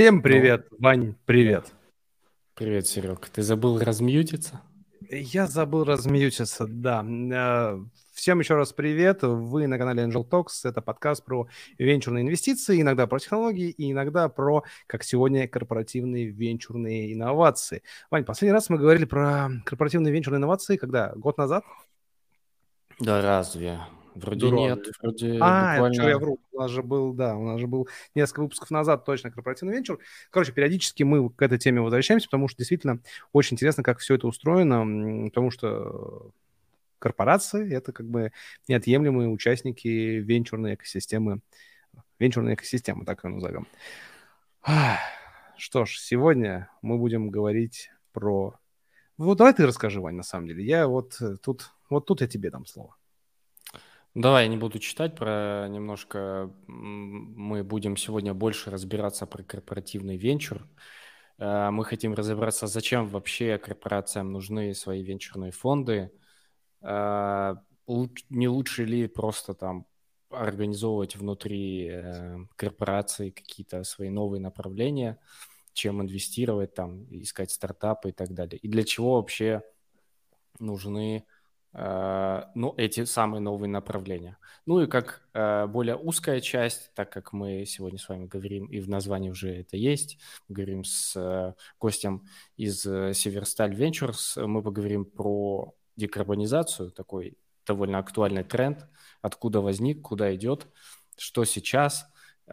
Всем Ну, привет, Вань, да. привет. Привет, Серег. Ты забыл размьютиться? Я забыл размьютиться, да. Всем еще раз привет. Вы на канале Angel Talks. Это подкаст про венчурные инвестиции, иногда про технологии и иногда про, как сегодня, корпоративные венчурные инновации. Вань, последний раз мы говорили про корпоративные венчурные инновации, когда? Год назад? Да разве? Вроде Да нет. разве? Вроде Это что, я буквально... вру. У нас же был несколько выпусков назад точно корпоративный венчур. Короче, периодически мы к этой теме возвращаемся, потому что действительно очень интересно, как все это устроено, потому что корпорации — это как бы неотъемлемые участники венчурной экосистемы, так ее назовем. Ах, Что ж, сегодня мы будем говорить про... Вот давай ты расскажи, Вань, на самом деле. Я вот тут я тебе дам слово. Давай, я не буду читать про немножко... Мы будем сегодня больше разбираться про корпоративный венчур. Мы хотим разобраться, зачем вообще корпорациям нужны свои венчурные фонды. Не лучше ли просто там организовывать внутри корпорации какие-то свои новые направления, чем инвестировать там, искать стартапы и так далее. И для чего вообще нужны эти самые новые направления. Ну и как более узкая часть, так как мы сегодня с вами говорим, и в названии уже это есть, говорим с гостем из Северсталь Ventures, мы поговорим про декарбонизацию, такой довольно актуальный тренд, откуда возник, куда идет, что сейчас,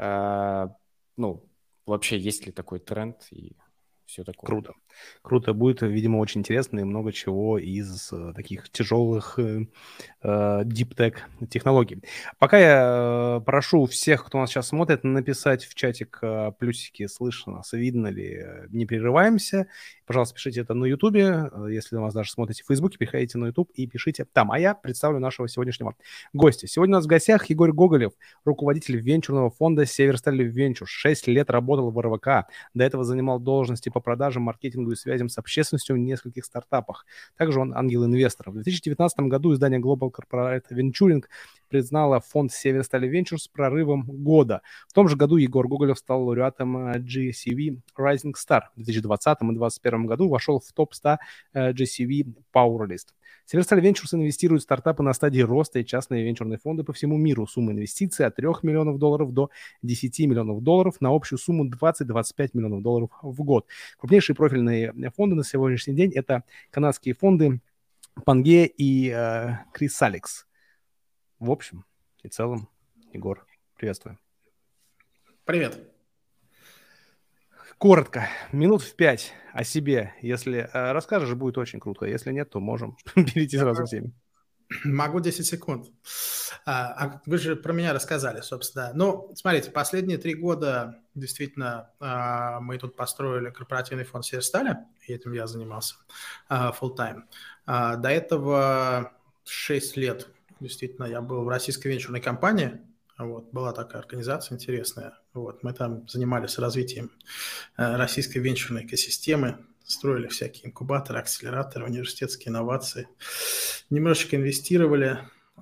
вообще есть ли такой тренд и все такое. Круто. Круто. Будет, видимо, очень интересно и много чего из таких тяжелых deep tech технологий. Пока я прошу всех, кто нас сейчас смотрит, написать в чатик плюсики, слышно нас, видно ли, не прерываемся. Пожалуйста, пишите это на Ютубе. Если вас даже смотрите в Фейсбуке, переходите на Ютуб и пишите там. А я представлю нашего сегодняшнего гостя. Сегодня у нас в гостях Егор Гоголев, руководитель венчурного фонда Северсталь Венчур. 6 лет работал в РВК. До этого занимал должности по продажам, маркетингу и связям с общественностью в нескольких стартапах. Также он ангел-инвестор. В 2019 году издание Global Corporate Venturing признало фонд Северсталь Ventures с прорывом года. В том же году Егор Гоголев стал лауреатом GCV Rising Star. В 2020 и 2021 году вошел в топ-100 GCV Powerlist. Северсталь Ventures инвестирует в стартапы на стадии роста и частные венчурные фонды по всему миру. Сумма инвестиций от $3 миллионов до $10 миллионов на общую сумму 20-25 миллионов долларов в год. Крупнейшие профильные фонды на сегодняшний день — это канадские фонды Пангея и Крисаликс. В общем и целом, Егор, приветствую. Привет. Коротко, минут в 5 о себе. Если расскажешь, будет очень круто. Если нет, то можем перейти сразу к теме. Могу 10 секунд. Вы же про меня рассказали, собственно. Ну, смотрите, последние 3 года действительно мы тут построили корпоративный фонд Северсталя, и этим я занимался full-time. До этого 6 лет действительно я был в российской венчурной компании. Вот, была такая организация интересная. Вот, мы там занимались развитием российской венчурной экосистемы, строили всякие инкубаторы, акселераторы, университетские инновации, немножечко инвестировали.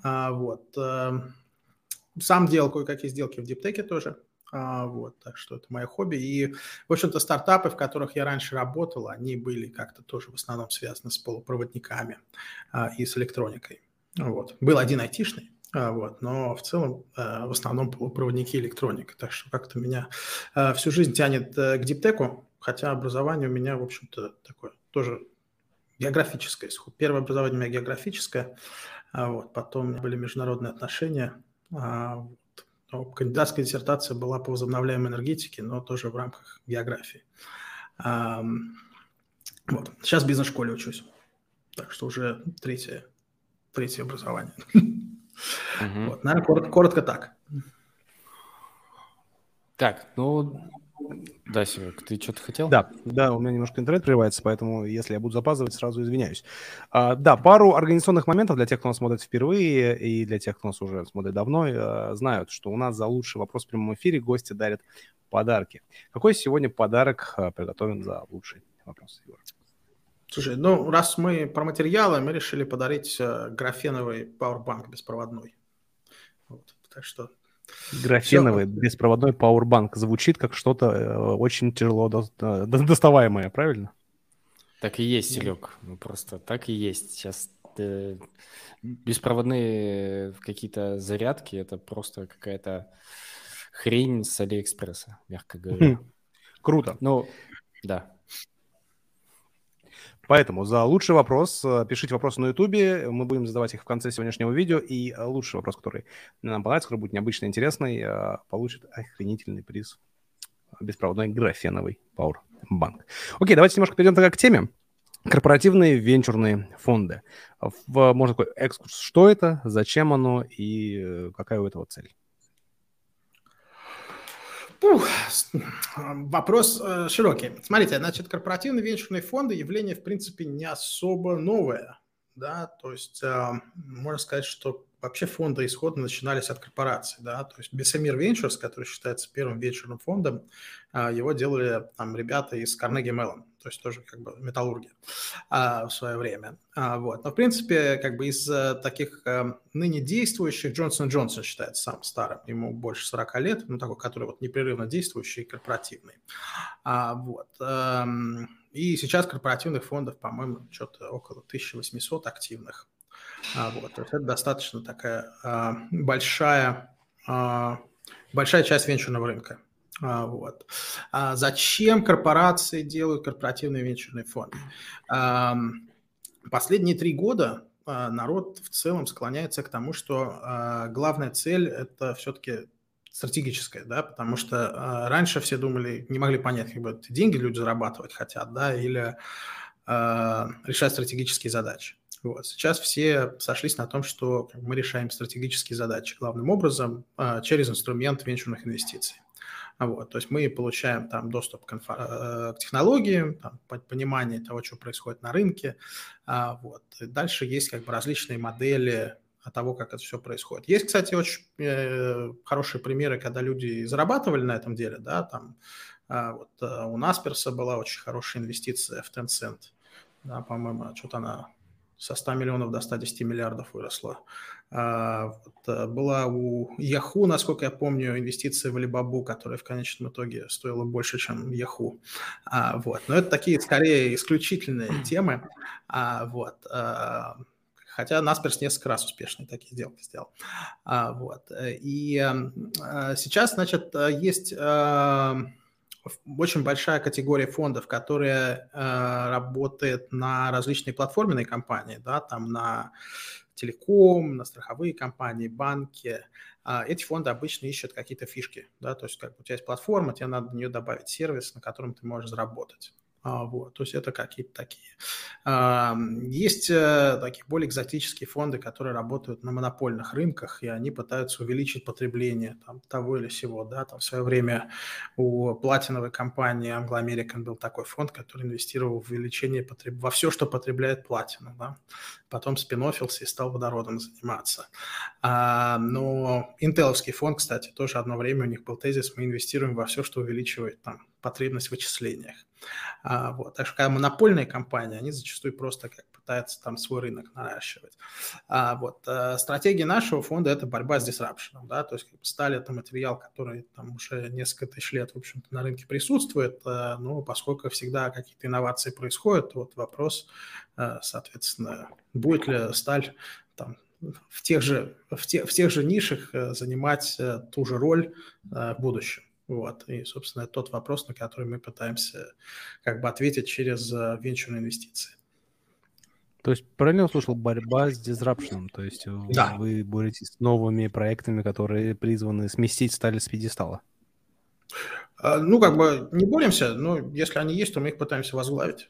Сам делал кое-какие сделки в диптеке тоже. Так что это мое хобби. И, в общем-то, стартапы, в которых я раньше работал, они были как-то тоже в основном связаны с полупроводниками и с электроникой. Был один айтишный, но в целом в основном полупроводники и электроника. Так что как-то меня всю жизнь тянет к диптеку, хотя образование у меня, в общем-то, такое тоже географическое. Первое образование у меня географическое, потом у меня были международные отношения. Кандидатская диссертация была по возобновляемой энергетике, но тоже в рамках географии. Сейчас в бизнес-школе учусь, так что уже третье образование. Наверное, коротко так. Так, да, Серег, ты что-то хотел? Да, у меня немножко интернет прерывается, поэтому если я буду запаздывать, сразу извиняюсь. Пару организационных моментов для тех, кто нас смотрит впервые, и для тех, кто нас уже смотрит давно, знают, что у нас за лучший вопрос в прямом эфире гости дарят подарки. Какой сегодня подарок приготовлен за лучший вопрос, Егор? Слушай, раз мы про материалы, мы решили подарить графеновый пауэрбанк беспроводной. Так что Графеновый беспроводной пауэрбанк звучит как что-то очень тяжело доставаемое, правильно? Так и есть, Серег. Ну, просто так и есть. Сейчас беспроводные какие-то зарядки – это просто какая-то хрень с Алиэкспресса, мягко говоря. Круто. Ну, да. Поэтому за лучший вопрос пишите вопросы на Ютубе, мы будем задавать их в конце сегодняшнего видео, и лучший вопрос, который нам понравится, который будет необычно интересный, получит охренительный приз. Беспроводной графеновый пауэрбанк. Окей, давайте немножко перейдем тогда к теме. Корпоративные венчурные фонды. Можно такой экскурс, что это, зачем оно и какая у этого цель? Вопрос широкий. Смотрите, значит, корпоративные венчурные фонды явление, в принципе, не особо новое. Да? То есть можно сказать, что вообще фонды исходно начинались от корпораций. Да? То есть Bessemer Ventures, который считается первым венчурным фондом, его делали там ребята из Carnegie Mellon, то есть тоже как бы металлурги в свое время. Вот. Но, в принципе, как бы из таких ныне действующих Johnson & Johnson считается самым старым, ему больше 40 лет, ну, такой, который вот непрерывно действующий и корпоративный. Вот. И сейчас корпоративных фондов, по-моему, что-то около 1800 активных. Вот. То есть это достаточно такая большая часть венчурного рынка. Вот. Зачем корпорации делают корпоративные венчурные фонды? Последние 3 года народ в целом склоняется к тому, что главная цель – это все-таки стратегическая, да, потому что раньше все думали, не могли понять, как бы деньги люди зарабатывать хотят, да, или решать стратегические задачи. Вот. Сейчас все сошлись на том, что мы решаем стратегические задачи главным образом через инструмент венчурных инвестиций. Вот. То есть мы получаем там доступ к технологиям, там, понимание того, что происходит на рынке. Вот. И дальше есть как бы различные модели того, как это все происходит. Есть, кстати, очень хорошие примеры, когда люди зарабатывали на этом деле. Да, там, вот, у Насперса была очень хорошая инвестиция в Tencent. Да, по-моему, что-то она со 100 миллионов до 110 миллиардов выросла. Вот, была у Yahoo, насколько я помню, инвестиция в Alibaba, которая в конечном итоге стоила больше, чем Yahoo. Вот. Но это такие, скорее, исключительные темы. Вот. Хотя Наспers несколько раз успешные такие сделки сделал. Вот. И сейчас, значит, есть очень большая категория фондов, которые работают на различные платформенные компании, да, там на телеком, на страховые компании, банки. Эти фонды обычно ищут какие-то фишки, да, то есть как у тебя есть платформа, тебе надо на нее добавить сервис, на котором ты можешь заработать. Вот, то есть это какие-то такие. Есть такие более экзотические фонды, которые работают на монопольных рынках, и они пытаются увеличить потребление там, того или сего. Да? Там в свое время у платиновой компании Anglo American был такой фонд, который инвестировал в увеличение во все, что потребляет платину. Да? Потом спин-оффился и стал водородом заниматься. Но интеловский фонд, кстати, тоже одно время у них был тезис: мы инвестируем во все, что увеличивает там потребность в вычислениях. Вот. Так что, когда монопольные компании, они зачастую просто как пытаются там свой рынок наращивать. Вот. Стратегия нашего фонда – это борьба с дисрапшеном. Да? То есть как бы сталь – это материал, который там уже несколько тысяч лет, в общем-то, на рынке присутствует, но поскольку всегда какие-то инновации происходят, вот вопрос, соответственно, будет ли сталь там в тех же нишах занимать ту же роль в будущем. Вот. И, собственно, это тот вопрос, на который мы пытаемся как бы ответить через венчурные инвестиции. То есть, правильно я услышал, борьба с дизрапшеном, то есть да. Вы боретесь с новыми проектами, которые призваны сместить сталь с пьедестала? Ну, как бы не боремся, но если они есть, то мы их пытаемся возглавить.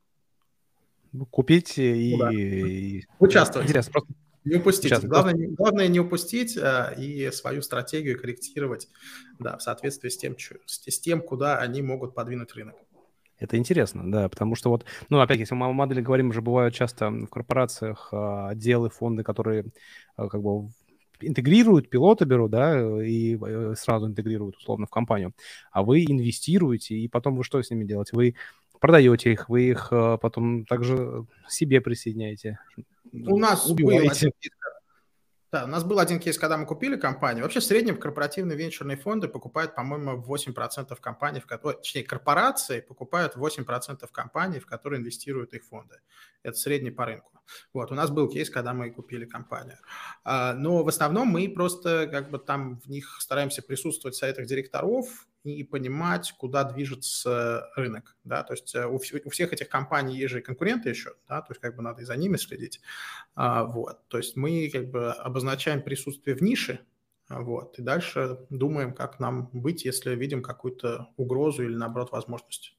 Купить и участвовать. Интересно, просто не упустить. Главное не упустить и свою стратегию корректировать, да, в соответствии с тем, куда они могут подвинуть рынок. Это интересно, да, потому что вот, ну, опять, если мы о модели говорим, уже бывают часто в корпорациях отделы, фонды, которые как бы интегрируют, пилоты берут, да, и сразу интегрируют условно в компанию, а вы инвестируете, и потом вы что с ними делаете? Вы продаете их, вы их потом также себе присоединяете, у нас убиваете. Да, у нас был один кейс, когда мы купили компанию. Вообще в среднем корпоративные венчурные фонды покупают, по-моему, 8% компаний, точнее, корпорации покупают 8% компаний, в которые инвестируют их фонды. Это средний по рынку. Вот, у нас был кейс, когда мы купили компанию. Но в основном мы просто как бы там в них стараемся присутствовать в советах директоров и понимать, куда движется рынок. Да? То есть у всех этих компаний есть же и конкуренты еще, да? То есть как бы надо и за ними следить. Вот. То есть мы как бы обозначаем присутствие в нише, вот, и дальше думаем, как нам быть, если видим какую-то угрозу или, наоборот, возможность.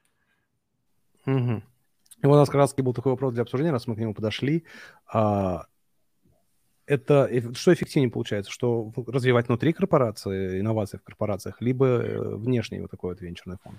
Угу. И у нас как раз был такой вопрос для обсуждения, раз мы к нему подошли. Это что эффективнее получается? Что развивать внутри корпорации, инновации в корпорациях, либо внешний вот такой вот венчурный фонд?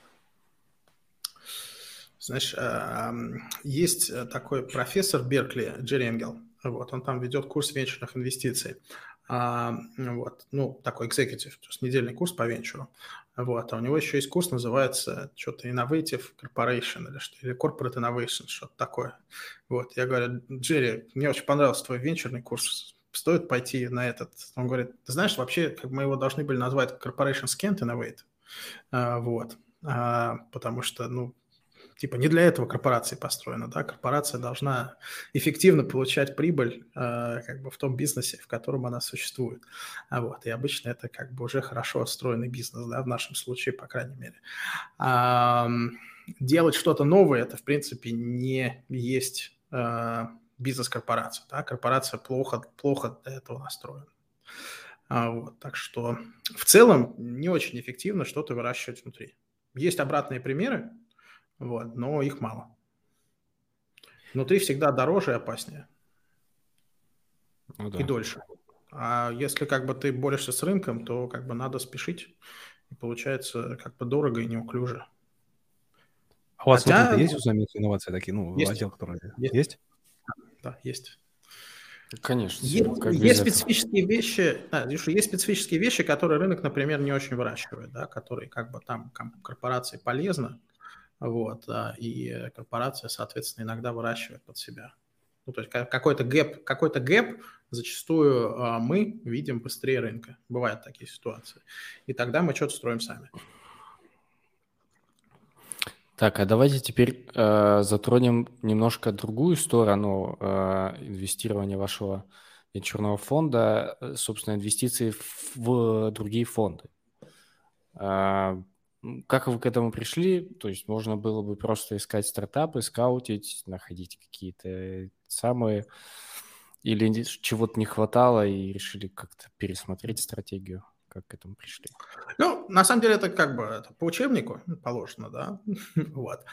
Знаешь, есть такой профессор Беркли, Джерри Энгел. Вот, он там ведет курс венчурных инвестиций. Вот, ну, такой executive, то есть недельный курс по венчуру. Вот, а у него еще есть курс, называется что-то Innovative Corporation или Corporate Innovation, что-то такое. Вот, я говорю, Джерри, мне очень понравился твой венчурный курс, стоит пойти на этот. Он говорит, ты знаешь, вообще, как мы его должны были назвать Corporations Can't Innovate. Вот, потому что, ну, типа не для этого корпорация построена, да, корпорация должна эффективно получать прибыль как бы в том бизнесе, в котором она существует, вот, и обычно это как бы уже хорошо отстроенный бизнес, да, в нашем случае, по крайней мере. Делать что-то новое, это, в принципе, не есть бизнес-корпорация, да, корпорация плохо для этого настроена. Вот, так что в целом не очень эффективно что-то выращивать внутри. Есть обратные примеры, вот, но их мало. Внутри всегда дороже и опаснее. Ну, да. И дольше. А если как бы ты борешься с рынком, то как бы надо спешить. И получается как бы дорого и неуклюже. А у вас внутри есть инновации такие? Ну, есть. Отдел, который... Есть? Да, есть. Конечно. Есть специфические вещи, есть специфические вещи, которые рынок, например, не очень выращивает, да, которые как бы там корпорации полезны. Вот, и корпорация, соответственно, иногда выращивает под себя. Ну, то есть какой-то гэп зачастую мы видим быстрее рынка. Бывают такие ситуации. И тогда мы что-то строим сами. Так, а давайте теперь затронем немножко другую сторону инвестирования вашего венчурного фонда, собственно, инвестиции в другие фонды. Как вы к этому пришли? То есть можно было бы просто искать стартапы, скаутить, находить какие-то самые... Или чего-то не хватало и решили как-то пересмотреть стратегию? Как к этому пришли? Ну, на самом деле, это как бы это по учебнику положено, да. Вот.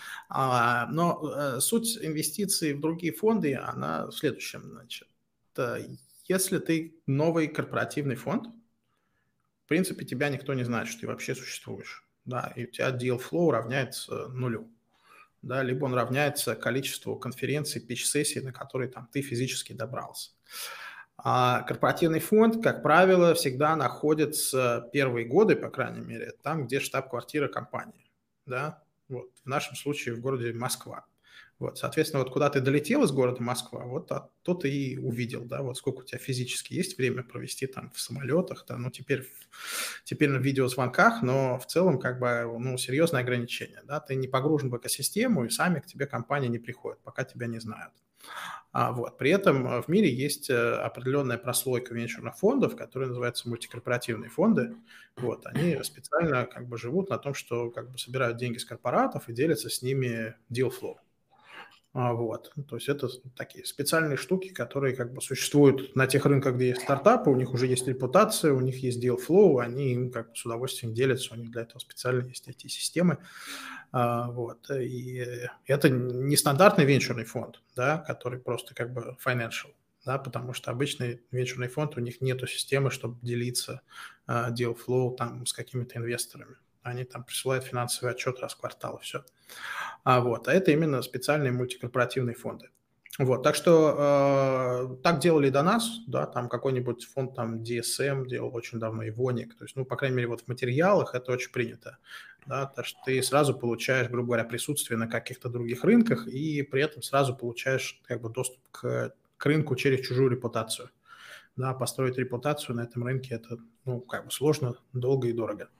Но суть инвестиций в другие фонды, она в следующем, значит. Если ты новый корпоративный фонд, в принципе, тебя никто не знает, что ты вообще существуешь. Да, и у тебя deal flow равняется нулю. Да, либо он равняется количеству конференций, питч-сессий, на которые там ты физически добрался. А корпоративный фонд, как правило, всегда находится первые годы, по крайней мере, там, где штаб-квартира компании. Да? Вот, в нашем случае в городе Москва. Вот, соответственно, вот куда ты долетел из города Москва, вот то ты и увидел, да, вот сколько у тебя физически есть время провести там в самолетах, да, ну, теперь на видеозвонках, но в целом, как бы, ну, серьезное ограничение, да, ты не погружен в экосистему, и сами к тебе компании не приходят, пока тебя не знают. Вот. При этом в мире есть определенная прослойка венчурных фондов, которые называются мультикорпоративные фонды. Вот. Они специально как бы живут на том, что как бы собирают деньги с корпоратов и делятся с ними deal flow. Вот. То есть это такие специальные штуки, которые как бы существуют на тех рынках, где есть стартапы, у них уже есть репутация, у них есть deal flow, они им как бы с удовольствием делятся, у них для этого специально есть эти системы. Вот. И это нестандартный венчурный фонд, да, который просто как бы financial, да, потому что обычный венчурный фонд, у них нету системы, чтобы делиться deal flow там с какими-то инвесторами. Они там присылают финансовый отчет раз в квартал, и все. Вот. А это именно специальные мультикорпоративные фонды. Вот. Так что так делали до нас, да, там какой-нибудь фонд там DSM делал очень давно, Ивоник, то есть, ну, по крайней мере, вот в материалах это очень принято, да, потому что ты сразу получаешь, грубо говоря, присутствие на каких-то других рынках и при этом сразу получаешь как бы доступ к рынку через чужую репутацию. Да, построить репутацию на этом рынке – это как бы сложно, долго и дорого.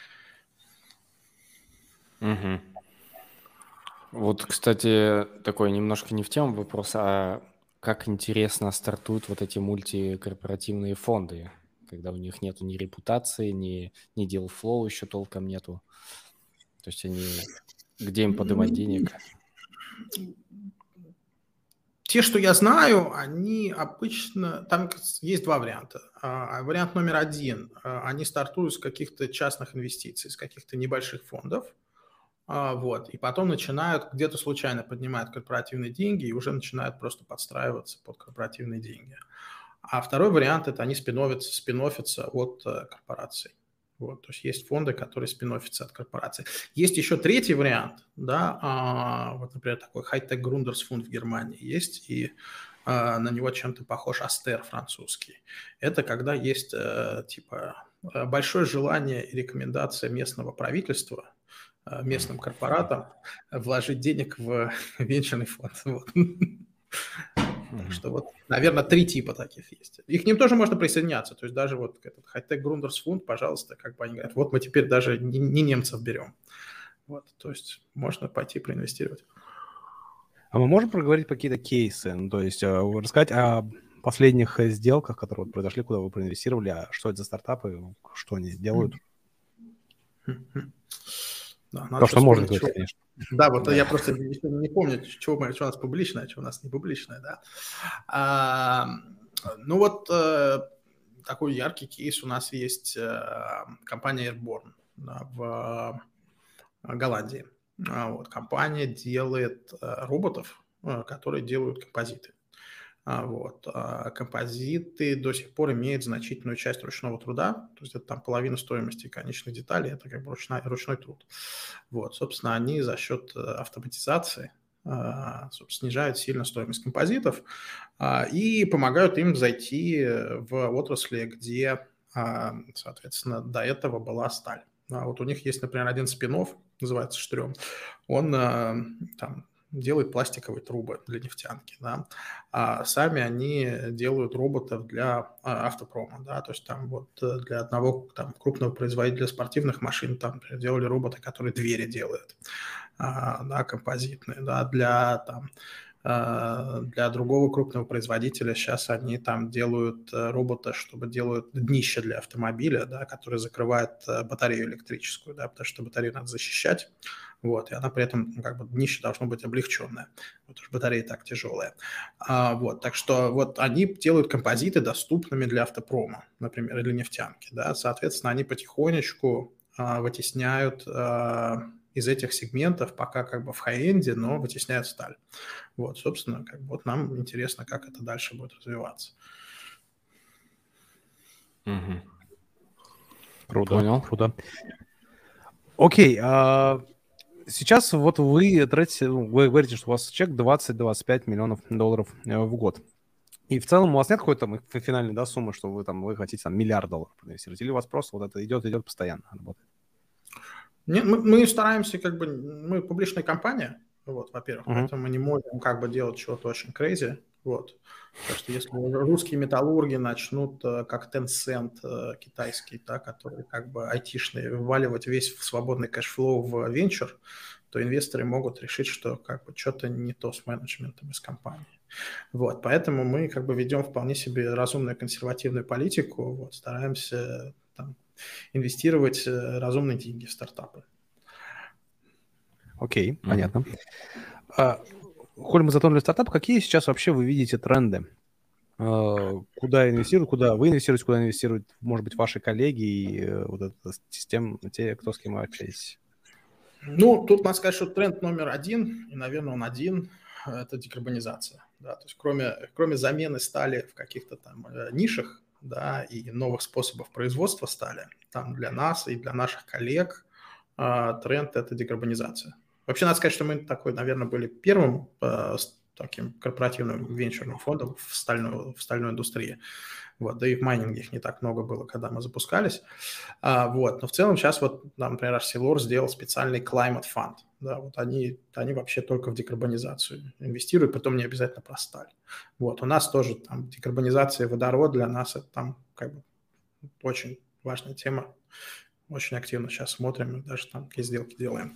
Угу. Вот, кстати, такой немножко не в тему вопрос, а как интересно стартуют вот эти мультикорпоративные фонды, когда у них нету ни репутации, ни deal-flow еще толком нету. То есть они... Где им поднимать денег? Те, что я знаю, они обычно... Там есть два варианта. Вариант номер один. Они стартуют с каких-то частных инвестиций, с каких-то небольших фондов. Вот. И потом начинают, где-то случайно поднимают корпоративные деньги и уже начинают просто подстраиваться под корпоративные деньги. А второй вариант – это они спин-оффятся от корпораций. Вот, то есть фонды, которые спин-оффятся от корпораций. Есть еще третий вариант, да, вот, например, такой Hightech Gründers фонд в Германии есть, и на него чем-то похож Астер французский. Это когда есть большое желание и рекомендация местного правительства местным корпоратам вложить денег в венчурный фонд. Вот. Так что вот, наверное, 3 типа таких есть. И к ним тоже можно присоединяться. То есть даже вот этот Hightech Gründers фонд, пожалуйста, как бы они говорят, вот мы теперь даже не немцев берем. Вот, то есть можно пойти проинвестировать. А мы можем проговорить какие-то кейсы? Ну, то есть рассказать о последних сделках, которые вот произошли, куда вы проинвестировали, а что это за стартапы, что они делают? Да, то, что можно говорить, конечно. Да, вот я просто не помню, что у нас публичное, что у нас не публичное, да. Ну вот такой яркий кейс у нас есть компания Airborne, да, в Голландии. Вот, компания делает роботов, которые делают композиты. Вот. Композиты до сих пор имеют значительную часть ручного труда, то есть это там половина стоимости конечных деталей, это как бы ручной труд. Вот, собственно, они за счет автоматизации снижают сильно стоимость композитов и помогают им зайти в отрасли, где, соответственно, до этого была сталь. Вот у них есть, например, один спин-офф, называется Штрём, он там делает пластиковые трубы для нефтянки, да, а сами они делают роботов для автопрома, да, то есть там вот для одного там крупного производителя спортивных машин там делали роботы, которые двери делают, да, композитные, да, для другого крупного производителя сейчас они там делают робота, чтобы делают днище для автомобиля, да, который закрывает батарею электрическую, да, потому что батарею надо защищать, вот, и она при этом, как бы, днище должно быть облегченное, потому что батарея так тяжелая. Вот, так что вот они делают композиты доступными для автопрома, например, или нефтянки, да, соответственно, они потихонечку вытесняют из этих сегментов, пока как бы в хай-энде, но вытесняют сталь. Вот, собственно, как бы вот нам интересно, как это дальше будет развиваться. Угу. Круто. Понял. Круто. Окей, сейчас вот вы тратите, вы говорите, что у вас чек 20-25 миллионов долларов в год. И в целом у вас нет какой-то финальной, да, суммы, что вы хотите там $1 миллиард инвестировать? Или у вас просто вот это идет постоянно работает? Нет, мы стараемся, как бы, мы публичная компания, вот, во-первых, поэтому мы не можем как бы делать чего-то очень crazy, вот. Так что если русские металлурги начнут, как Tencent китайский, да, который как бы айтишный, вваливать весь свободный кэшфлоу в венчур, то инвесторы могут решить, что как бы что-то не то с менеджментом из компании. Вот, поэтому мы как бы ведем вполне себе разумную консервативную политику, вот, стараемся там инвестировать разумные деньги в стартапы. Окей, понятно. Коль мы затронули стартап, какие сейчас вообще вы видите тренды? Куда инвестируют, куда вы инвестируете, куда инвестируют, может быть, ваши коллеги и вот эта система, те, кто с кем вы общаетесь? Ну, тут надо сказать, что тренд номер один, и, наверное, он один, это декарбонизация. Да? То есть кроме замены стали в каких-то там нишах, да, и новых способов производства стали, там для нас и для наших коллег тренд – это декарбонизация. Вообще, надо сказать, что мы такой, наверное, были первым таким корпоративным венчурным фондом в стальной индустрии. Вот, да и в майнинге их не так много было, когда мы запускались. Вот. Но в целом сейчас, вот, например, Arcelor сделал специальный Climate Fund. Да, вот они вообще только в декарбонизацию инвестируют, потом не обязательно про сталь. Вот, у нас тоже там декарбонизация водорода для нас это там как бы очень важная тема. Очень активно сейчас смотрим, и даже там какие сделки делаем.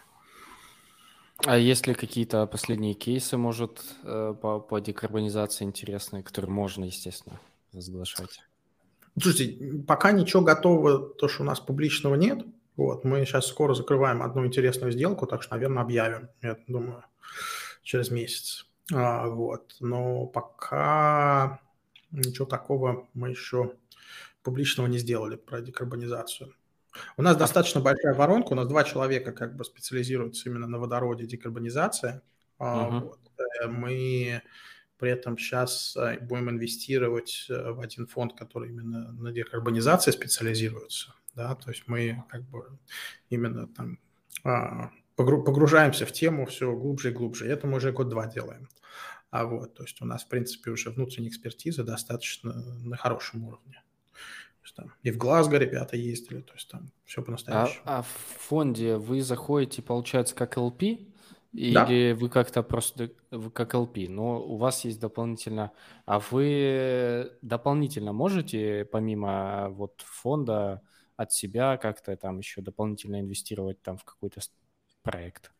А есть ли какие-то последние кейсы, может, по декарбонизации интересные, которые можно, естественно, разглашать? Слушайте, пока ничего готового, то, что у нас публичного нет. Вот, мы сейчас скоро закрываем одну интересную сделку, так что, наверное, объявим, я думаю, через месяц. Вот, но пока ничего такого мы еще публичного не сделали про декарбонизацию. У нас достаточно большая воронка, у нас 2 человека как бы специализируются именно на водороде, декарбонизация. Вот. Мы при этом сейчас будем инвестировать в один фонд, который именно на декарбонизации специализируется. Да? То есть мы как бы именно там погружаемся в тему все глубже и глубже. И это мы уже год-два делаем. Вот, то есть у нас, в принципе, уже внутренняя экспертиза достаточно на хорошем уровне. То есть, там, и в Глазго ребята ездили, то есть там все по-настоящему. А в фонде вы заходите, получается, как LP? Да. Или вы как-то просто как LP, но у вас есть дополнительно... А вы дополнительно можете, помимо вот фонда, от себя как-то там еще дополнительно инвестировать там в какой-то проект?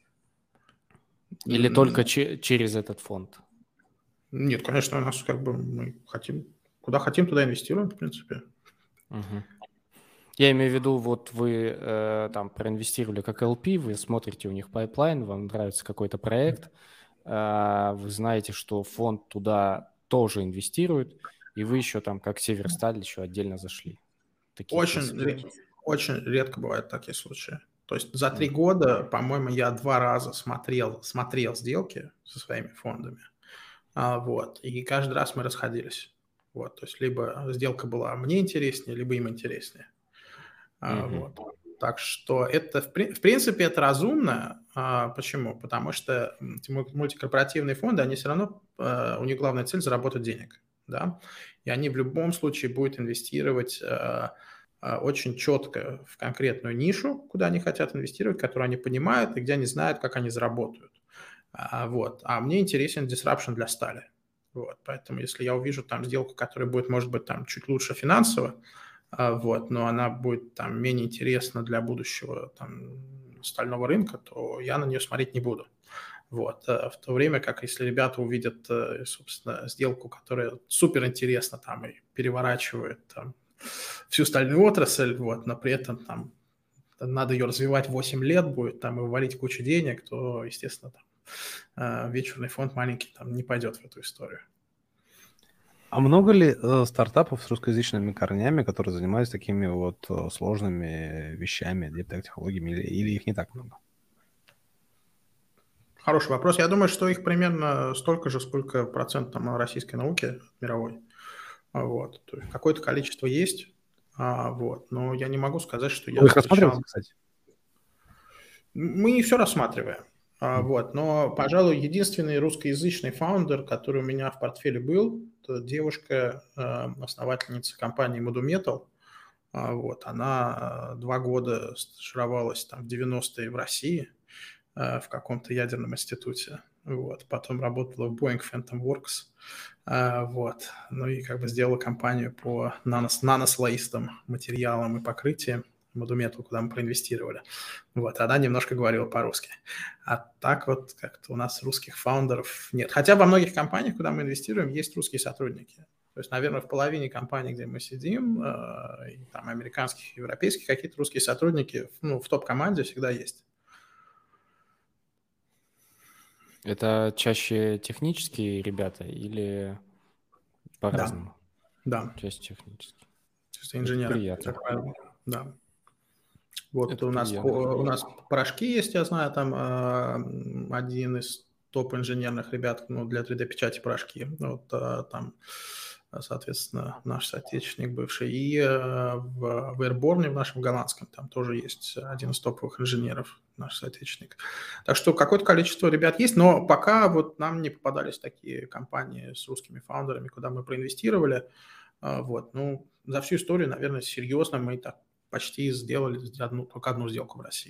Или только через этот фонд? Нет, конечно, у нас как бы мы хотим, куда хотим, туда инвестируем, в принципе. Угу. Я имею в виду, вот вы там проинвестировали как LP, вы смотрите у них пайплайн, вам нравится какой-то проект, вы знаете, что фонд туда тоже инвестирует, и вы еще там как Северсталь еще отдельно зашли. Такие Очень редко бывают такие случаи. То есть за 3 года, по-моему, я 2 раза смотрел сделки со своими фондами, вот, и каждый раз мы расходились. Вот, то есть либо сделка была мне интереснее, либо им интереснее. Вот. Так что это, в принципе, это разумно. Почему? Потому что мультикорпоративные фонды, они все равно, у них главная цель – заработать денег. Да? И они в любом случае будут инвестировать очень четко в конкретную нишу, куда они хотят инвестировать, которую они понимают и где они знают, как они заработают. Вот. А мне интересен disruption для стали. Вот. Поэтому если я увижу там сделку, которая будет, может быть, там чуть лучше финансово, вот, но она будет там менее интересна для будущего там стального рынка, то я на нее смотреть не буду. Вот. В то время как если ребята увидят, собственно, сделку, которая супер интересна там и переворачивает там всю стальную отрасль, вот, но при этом там надо ее развивать 8 лет будет, там, и вывалить кучу денег, то, естественно, там, вечерный фонд маленький там не пойдет в эту историю. А много ли стартапов с русскоязычными корнями, которые занимаются такими вот сложными вещами, диптех-технологиями, или их не так много? Хороший вопрос. Я думаю, что их примерно столько же, сколько процент там российской науки мировой. Вот. То есть какое-то количество есть, вот. Но я не могу сказать, что я Вы их рассматриваете, кстати? Мы не все рассматриваем. Вот. Но, пожалуй, единственный русскоязычный фаундер, который у меня в портфеле был, это девушка, основательница компании Modu Metal. Вот. Она 2 года стажировалась там в 90-е в России в каком-то ядерном институте. Вот. Потом работала в Boeing Phantom Works. Вот. Ну и как бы сделала компанию по нанослоистым материалам и покрытиям. Modu Metal, куда мы проинвестировали. Вот, она немножко говорила по-русски. А так вот как-то у нас русских фаундеров нет. Хотя во многих компаниях, куда мы инвестируем, есть русские сотрудники. То есть, наверное, в половине компаний, где мы сидим, там американских, европейских, какие-то русские сотрудники, ну, в топ-команде всегда есть. Это чаще технические ребята или по-разному? Да. Чаще технические. Чисто инженеры. Приятно. Да. Вот это у нас порошки есть, я знаю, там один из топ-инженерных ребят, ну, для 3D-печати порошки. Вот там, соответственно, наш соотечественник бывший. И в Airborne, в нашем голландском, там тоже есть один из топовых инженеров, наш соотечественник. Так что какое-то количество ребят есть, но пока вот нам не попадались такие компании с русскими фаундерами, куда мы проинвестировали. Вот, ну, за всю историю, наверное, серьезно мы так почти сделали только одну сделку в России.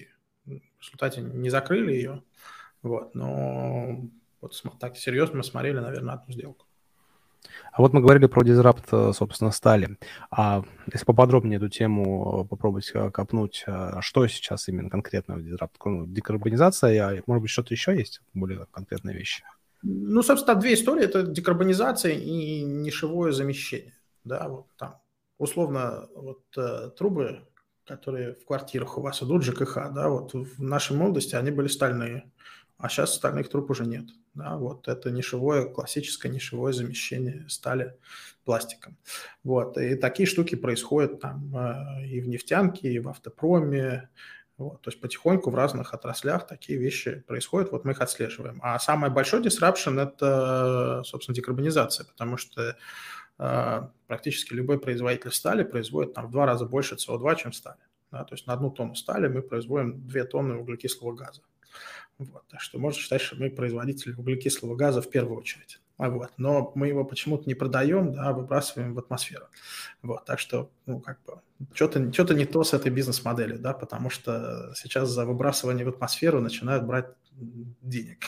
в результате не закрыли ее. Вот, но вот так серьезно мы смотрели, наверное, одну сделку. А вот мы говорили про дизрапт, собственно, стали. А если поподробнее эту тему попробовать копнуть, что сейчас именно конкретно в дизрапт? Декарбонизация, а может быть, что-то еще есть? Более конкретные вещи? Ну, собственно, две истории. Это декарбонизация и нишевое замещение. Да, вот там, условно, вот трубы, которые в квартирах у вас идут, ЖКХ, да, вот в нашей молодости они были стальные, а сейчас стальных труб уже нет. Да, вот это нишевое, классическое нишевое замещение стали пластиком. Вот, и такие штуки происходят там и в нефтянке, и в автопроме. Вот, то есть потихоньку в разных отраслях такие вещи происходят, вот мы их отслеживаем. А самый большой disruption – это, собственно, декарбонизация, потому что практически любой производитель стали производит там в 2 раза больше СО2, чем стали. Да, то есть на 1 тонну стали мы производим 2 тонны углекислого газа. Вот, так что можно считать, что мы производители углекислого газа в первую очередь. Вот, но мы его почему-то не продаем, да, выбрасываем в атмосферу. Вот, так что, ну, как бы, что-то не то с этой бизнес-моделью, да, потому что сейчас за выбрасывание в атмосферу начинают брать денег.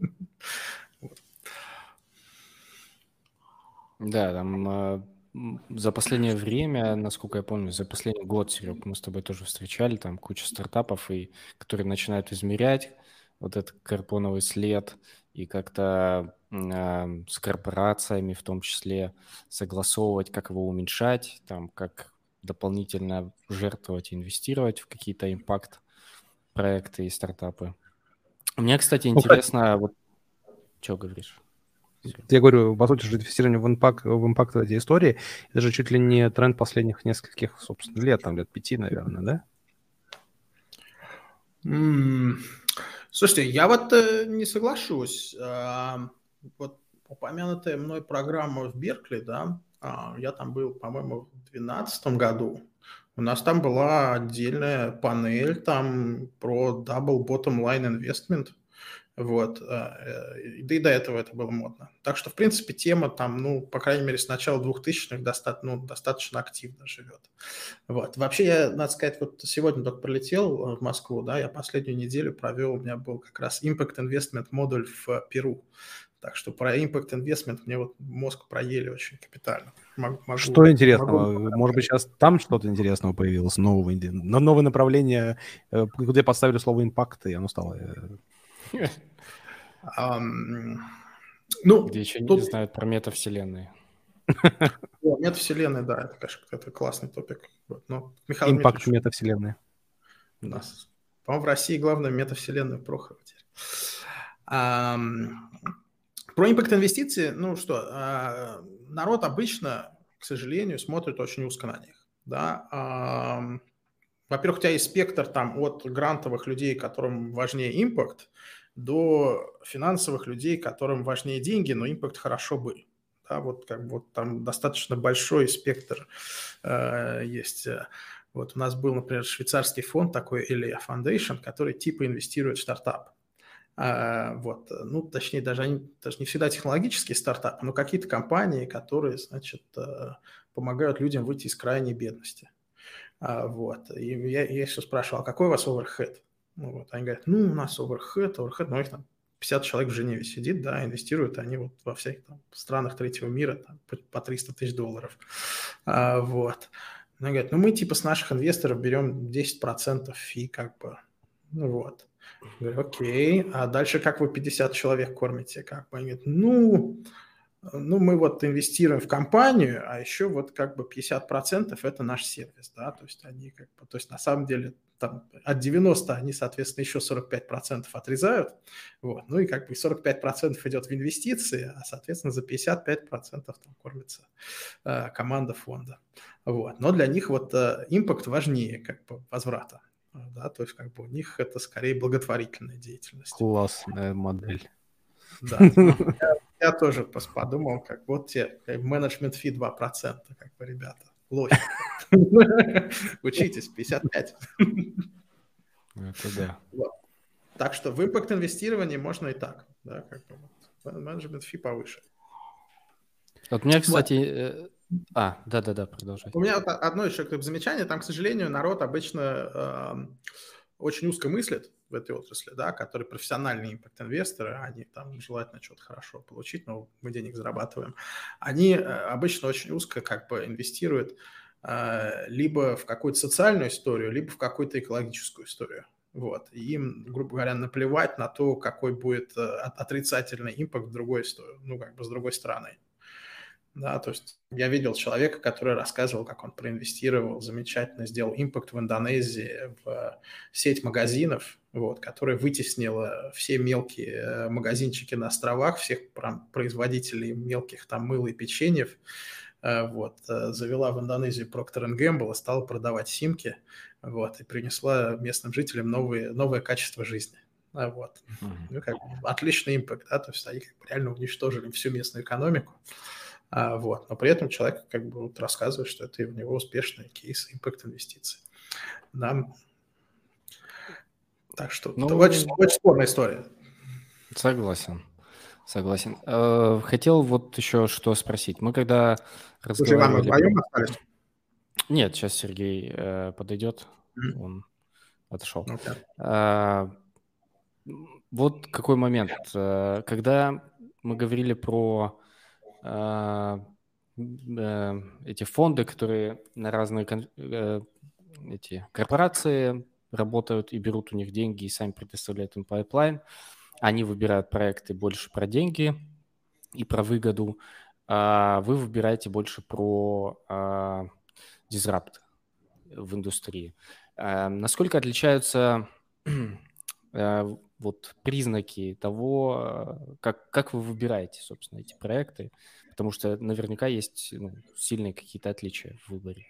Да, там за последнее время, насколько я помню, за последний год, Серег, мы с тобой тоже встречали, там куча стартапов, которые начинают измерять вот этот карбоновый след и как-то с корпорациями в том числе согласовывать, как его уменьшать, там, как дополнительно жертвовать, инвестировать в какие-то импакт-проекты и стартапы. Мне, кстати, интересно, вот что говоришь? Я говорю, по сути же, инвестирование в импакт этой истории, это же чуть ли не тренд последних нескольких, собственно, лет, там, лет 5, наверное, да? Слушайте, я вот не соглашусь. Вот упомянутая мной программа в Беркли, да, я там был, по-моему, в 2012 году. У нас там была отдельная панель там про double bottom line investment. Вот. Да и до этого это было модно. Так что, в принципе, тема там, ну, по крайней мере, с начала 2000-х достаточно активно живет. Вот. Вообще, я, надо сказать, вот сегодня только прилетел в Москву, да, я последнюю неделю провел, у меня был как раз Impact Investment модуль в Перу. Так что про Impact Investment мне вот мозг проели очень капитально. Что интересного? Может быть, сейчас там что-то интересного появилось, новое направление, куда поставили слово «импакт», и оно стало... Где еще не знают про метавселенные. Метавселенные, да, это, конечно, это классный топик. Импакт метавселенной. У нас, по-моему, в России главное метавселенную Прохорова теперь. Про импакт-инвестиции, ну что, народ обычно, к сожалению, смотрит очень узко на них. Да? Во-первых, у тебя есть спектр там от грантовых людей, которым важнее импакт, до финансовых людей, которым важнее деньги, но импакт хорошо бы. Да, вот как бы вот там достаточно большой спектр есть. Вот у нас был, например, швейцарский фонд такой, Elia Foundation, который типа инвестирует в стартап. Вот, ну, точнее, даже не всегда технологические стартапы, но какие-то компании, которые, значит, помогают людям выйти из крайней бедности. Вот, и я еще спрашивал, а какой у вас оверхед? Вот, они говорят, ну, у нас оверхед, ну, их там 50 человек в Женеве сидит, да, инвестируют они вот во всяких там странах третьего мира там, по $300 тысяч. Вот. Они говорят, ну, мы типа с наших инвесторов берем 10% фи, как бы, ну, вот. Я говорю, окей, а дальше как вы 50 человек кормите? Как бы? Они говорят, ну, мы вот инвестируем в компанию, а еще вот как бы 50% это наш сервис, да, то есть они как бы, то есть на самом деле там от 90 они, соответственно, еще 45% отрезают, вот, ну и как бы 45% идет в инвестиции, а, соответственно, за 55% там кормится команда фонда, вот, но для них вот импакт важнее как бы возврата, да, то есть как бы у них это скорее благотворительная деятельность. Классная модель. Да, я тоже подумал, как вот те менеджмент фи 2%, как бы, ребята, лохи. Учитесь, 55. Это да. Вот. Так что в импакт-инвестировании можно и так, да, как бы менеджмент фи повыше. Вот мне, кстати... Да, продолжай. У меня вот одно еще как бы замечание. Там, к сожалению, народ обычно очень узко мыслят в этой отрасли, да, которые профессиональные импакт-инвесторы, они там желательно что-то хорошо получить, но мы денег зарабатываем, они обычно очень узко как бы инвестируют либо в какую-то социальную историю, либо в какую-то экологическую историю. Вот. И им, грубо говоря, наплевать на то, какой будет отрицательный импакт в другой истории, ну, как бы с другой стороны. Да, то есть я видел человека, который рассказывал, как он проинвестировал, замечательно сделал импакт в Индонезии в сеть магазинов, вот, которая вытеснила все мелкие магазинчики на островах, всех производителей мелких там мыла и печеньев, вот, завела в Индонезию Procter & Gamble и стала продавать симки, вот, и принесла местным жителям новое качество жизни. Вот. Ну, как бы отличный импакт, да, то есть они как бы реально уничтожили всю местную экономику. Вот. Но при этом человек как бы вот рассказывает, что это у него успешный кейс импакт-инвестиций. Да. Так что это очень спорная история. Согласен. Хотел вот еще что спросить. Мы когда разговаривали... Вы вдвоем остались? Нет, сейчас Сергей подойдет, он отошел. Вот какой момент. Когда мы говорили про эти фонды, которые на разные эти корпорации работают и берут у них деньги и сами предоставляют им пайплайн, они выбирают проекты больше про деньги и про выгоду, а вы выбираете больше про дизрапт в индустрии. Насколько отличаются вот признаки того, как вы выбираете, собственно, эти проекты? Потому что наверняка есть сильные какие-то отличия в выборе.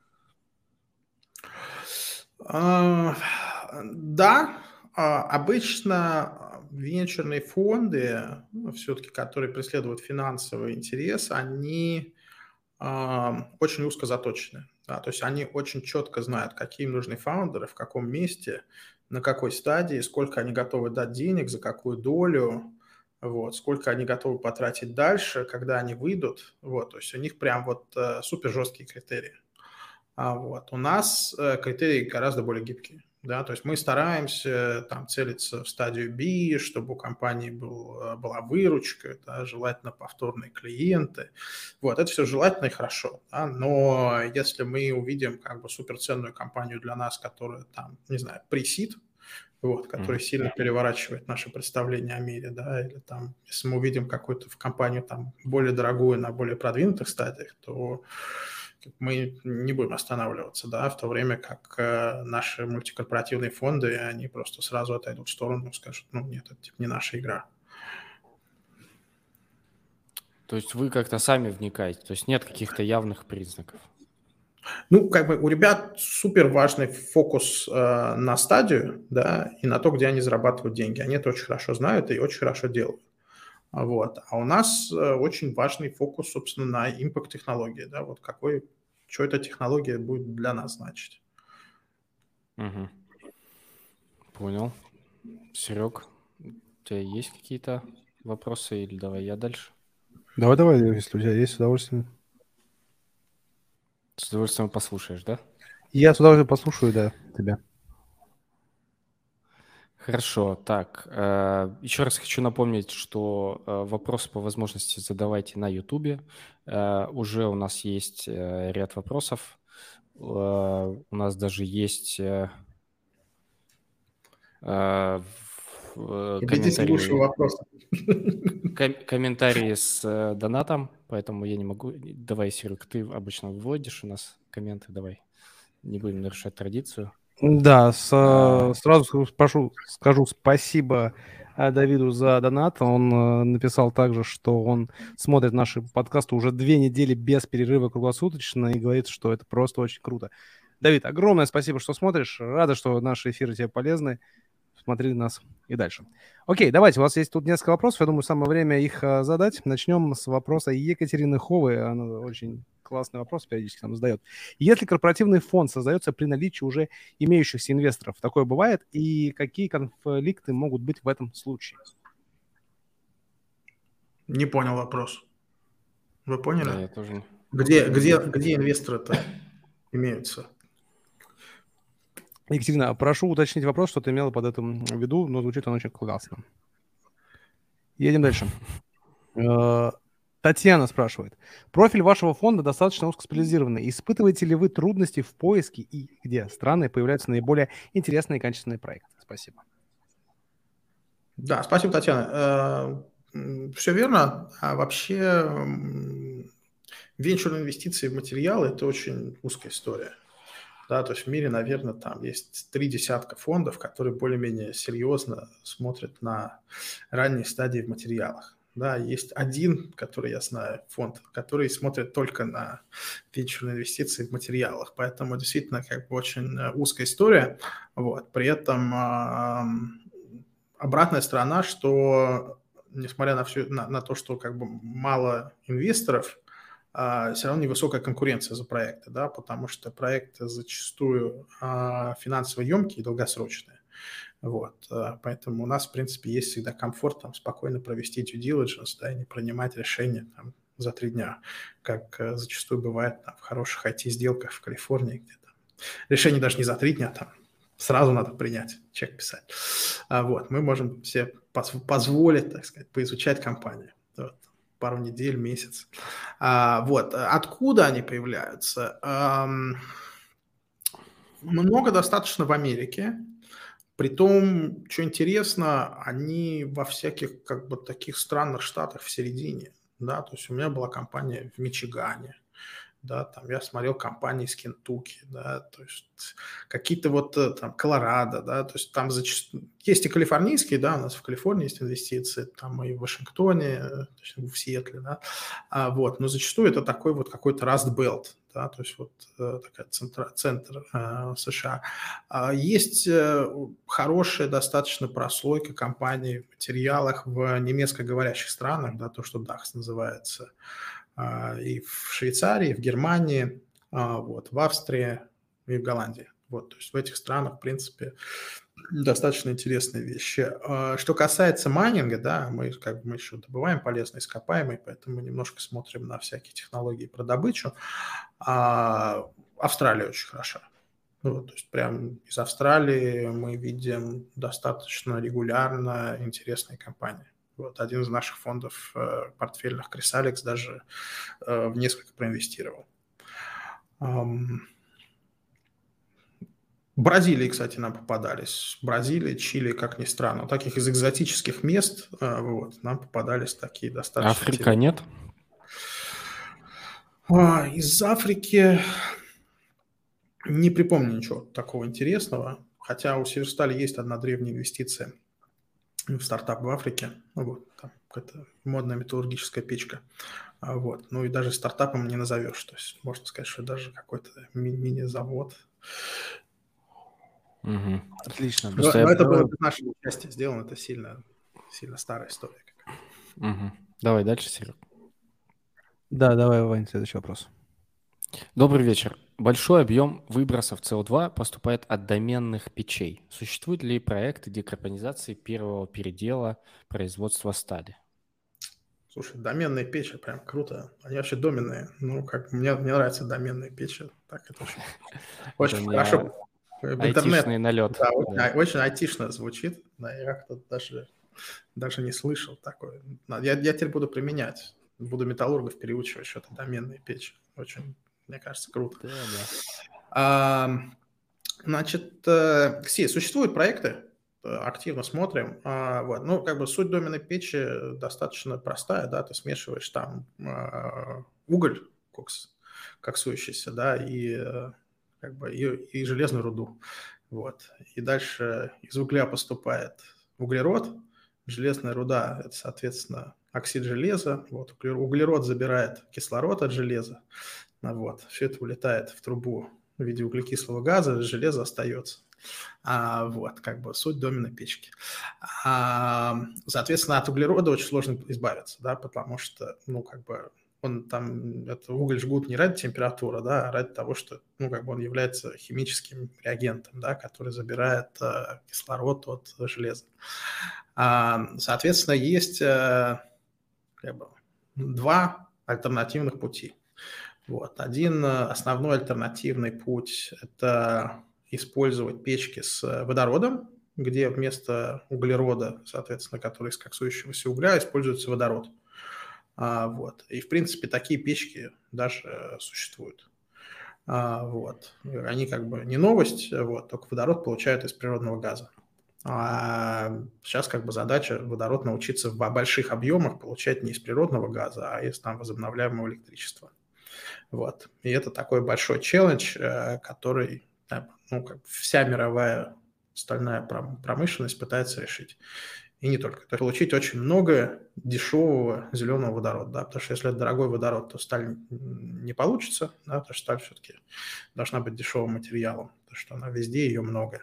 Да, обычно венчурные фонды, все-таки, которые преследуют финансовый интерес, они очень узко заточены. Да, то есть они очень четко знают, какие им нужны фаундеры, в каком месте, на какой стадии, сколько они готовы дать денег, за какую долю, вот, сколько они готовы потратить дальше, когда они выйдут. Вот, то есть у них прям вот супер жесткие критерии. Вот. У нас критерии гораздо более гибкие. Да? То есть мы стараемся там целиться в стадию B, чтобы у компании была выручка, да, желательно повторные клиенты. Вот, это все желательно и хорошо. Да? Но если мы увидим как бы суперценную компанию для нас, которая там, не знаю, пресид, вот, который сильно переворачивает наше представление о мире, да, или там, если мы увидим какую-то компанию там более дорогую на более продвинутых стадиях, то мы не будем останавливаться, да, в то время как наши мультикорпоративные фонды, они просто сразу отойдут в сторону и скажут, ну, нет, это типа не наша игра. То есть вы как-то сами вникаете, то есть нет каких-то явных признаков? Ну, как бы у ребят супер важный фокус на стадию, да, и на то, где они зарабатывают деньги. Они это очень хорошо знают и очень хорошо делают. Вот. А у нас очень важный фокус, собственно, на импакт-технологии, да, вот что эта технология будет для нас значить. Угу. Понял. Серег, у тебя есть какие-то вопросы или давай я дальше? Давай, если у тебя есть удовольствие. С удовольствием послушаешь, да? Я с удовольствием послушаю, да, тебя. Хорошо, так, еще раз хочу напомнить, что вопросы по возможности задавайте на YouTube. Уже у нас есть ряд вопросов. У нас даже есть комментарии с донатом, поэтому я не могу. Давай, Серег, ты обычно вводишь у нас комменты, давай. Не будем нарушать традицию. Да, сразу скажу спасибо Давиду за донат. Он написал также, что он смотрит наши подкасты уже 2 недели без перерыва круглосуточно и говорит, что это просто очень круто. Давид, огромное спасибо, что смотришь. Рада, что наши эфиры тебе полезны. Смотри нас и дальше. Окей, давайте, у вас есть тут несколько вопросов. Я думаю, самое время их задать. Начнем с вопроса Екатерины Ховой. Она очень классный вопрос периодически нам задает. Если корпоративный фонд создается при наличии уже имеющихся инвесторов, такое бывает, и какие конфликты могут быть в этом случае? Не понял вопрос. Вы поняли? Да, я тоже Где инвесторы-то имеются? Екатерина, прошу уточнить вопрос, что ты имела под этим в виду, но звучит он очень классно. Едем дальше. Татьяна спрашивает. Профиль вашего фонда достаточно узкоспециализированный. Испытываете ли вы трудности в поиске и где страны появляются наиболее интересные и качественные проекты? Спасибо. Да, спасибо, Татьяна. Все верно. А вообще венчурные инвестиции в материалы – это очень узкая история. Да, то есть в мире, наверное, там есть 3 десятка фондов, которые более-менее серьезно смотрят на ранние стадии в материалах. Да, есть один, который я знаю, фонд, который смотрит только на венчурные инвестиции в материалах. Поэтому действительно как бы очень узкая история. Вот. При этом обратная сторона, что несмотря на то, что как бы мало инвесторов, все равно невысокая конкуренция за проекты, да, потому что проекты зачастую финансово емкие и долгосрочные. Вот, поэтому у нас, в принципе, есть всегда комфорт там, спокойно провести due diligence, да, и не принимать решения там, за 3 дня, как зачастую бывает там, в хороших IT-сделках в Калифорнии, где там решение даже не за 3 дня, там сразу надо принять, чек писать. Вот, мы можем себе позволить, так сказать, поизучать компанию. Вот. Пару недель, месяц. Вот. Откуда они появляются? Много достаточно в Америке. Притом, что интересно, они во всяких как бы таких странных штатах в середине. Да? То есть у меня была компания в Мичигане. Да, там я смотрел компании из Кентукки, да, то есть какие-то вот там Колорадо, да, то есть там зачастую есть и калифорнийские, да, у нас в Калифорнии есть инвестиции, там и в Вашингтоне, точнее, в Сиэтле, да, вот, но зачастую это такой вот какой-то Rust Belt, да, то есть вот такая центр США. Есть хорошая достаточно прослойка компаний в материалах в немецкоговорящих странах, да, то, что DAX называется, и в Швейцарии, и в Германии, вот, в Австрии и в Голландии. Вот, то есть в этих странах, в принципе, достаточно интересные вещи. Что касается майнинга, да, мы еще добываем полезные ископаемые, поэтому мы немножко смотрим на всякие технологии про добычу. Австралия очень хороша. Ну, то есть прям из Австралии мы видим достаточно регулярно интересные компании. Вот один из наших фондов портфельных, Крисаликс, даже в несколько проинвестировал. Бразилии, кстати, нам попадались. Бразилия, Чили, как ни странно. Таких из экзотических мест вот, нам попадались такие достаточно Африка нет? Из Африки не припомню ничего такого интересного. Хотя у Северстали есть одна древняя инвестиция в стартап в Африке. Ну, вот, там какая-то модная металлургическая печка. Вот. Ну и даже стартапом не назовешь. То есть можно сказать, что даже какой-то мини-завод. Угу. Отлично. Но это было без нашего участия сделано. Это сильно старая история. Угу. Давай дальше, Серег. Да, давай, Вань, следующий вопрос. Добрый вечер. Большой объем выбросов СО2 поступает от доменных печей. Существуют ли проекты декарбонизации первого передела производства стали? Слушай, доменные печи прям круто. Они вообще доменные. Ну, как мне нравятся доменные печи. Так это очень хорошо. Айтишный налет. Да, очень айтишно звучит. Да, я как-то даже не слышал такое. Я теперь буду применять. Буду металлургов переучивать что-то доменные печи. Очень, мне кажется, круто. Да. Значит, существуют проекты, активно смотрим. Вот. Ну, как бы суть доменной печи достаточно простая, да, ты смешиваешь там уголь коксующийся, да, и как бы и железную руду. Вот. И дальше из угля поступает углерод, железная руда – это, соответственно, оксид железа. Вот. Углерод забирает кислород от железа. Вот. Все это улетает в трубу в виде углекислого газа, железо остается. Вот, как бы суть доменной печки. Соответственно, от углерода очень сложно избавиться, да, потому что, ну, как бы он там, это уголь жгут не ради температуры, да, а ради того, что, ну, как бы он является химическим реагентом, да, который забирает кислород от железа. Соответственно, есть как бы 2 альтернативных пути. Вот. Один основной альтернативный путь – это использовать печки с водородом, где вместо углерода, соответственно, который из коксующегося угля, используется водород. Вот. И, в принципе, такие печки даже существуют. Вот. Они как бы не новость, вот, только водород получают из природного газа. Сейчас как бы задача водород научиться в больших объемах получать не из природного газа, а из там возобновляемого электричества. Вот. И это такой большой челлендж, который ну, как вся мировая стальная промышленность пытается решить. И не только. То есть получить очень много дешевого зеленого водорода. Да? Потому что если это дорогой водород, то сталь не получится, да? Потому что сталь все-таки должна быть дешевым материалом, потому что она везде, ее много.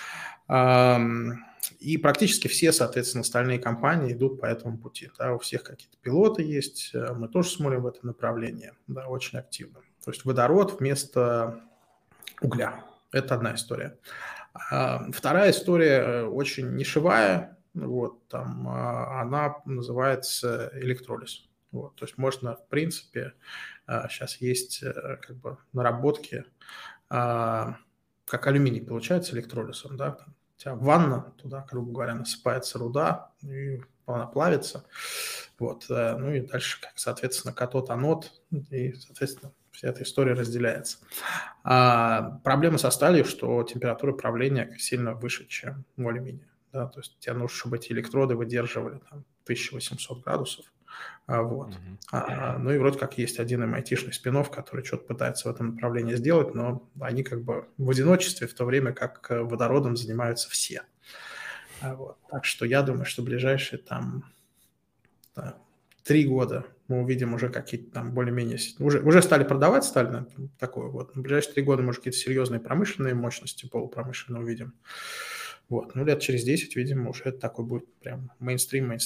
И практически все, соответственно, стальные компании идут по этому пути. Да? У всех какие-то пилоты есть, мы тоже смотрим в это направление, да, очень активно. То есть водород вместо угля. Это одна история. Вторая история очень нишевая. Вот, там, она называется электролиз. Вот, то есть можно, в принципе, сейчас есть как бы наработки, как алюминий получается электролизом. Да? У тебя ванна, туда, грубо говоря, насыпается руда, и она плавится. Вот, ну и дальше, соответственно, катод, анод, и, соответственно, вся эта история разделяется. Проблема со сталью, что температура правления сильно выше, чем у алюминия. Да? То есть тебе нужно, чтобы эти электроды выдерживали там, 1800 градусов. Вот. Ну и вроде как есть один MIT-шный спин-офф, который что-то пытается в этом направлении сделать, но они как бы в одиночестве, в то время как водородом занимаются все. Вот. Так что я думаю, что ближайшие там 3 года мы увидим уже какие-то там более-менее... Уже стали продавать сталь такое вот. В ближайшие 3 года, может, какие-то серьезные промышленные мощности полупромышленные увидим. Вот. Ну, лет через 10, видимо, уже это такой будет прям мейнстрим.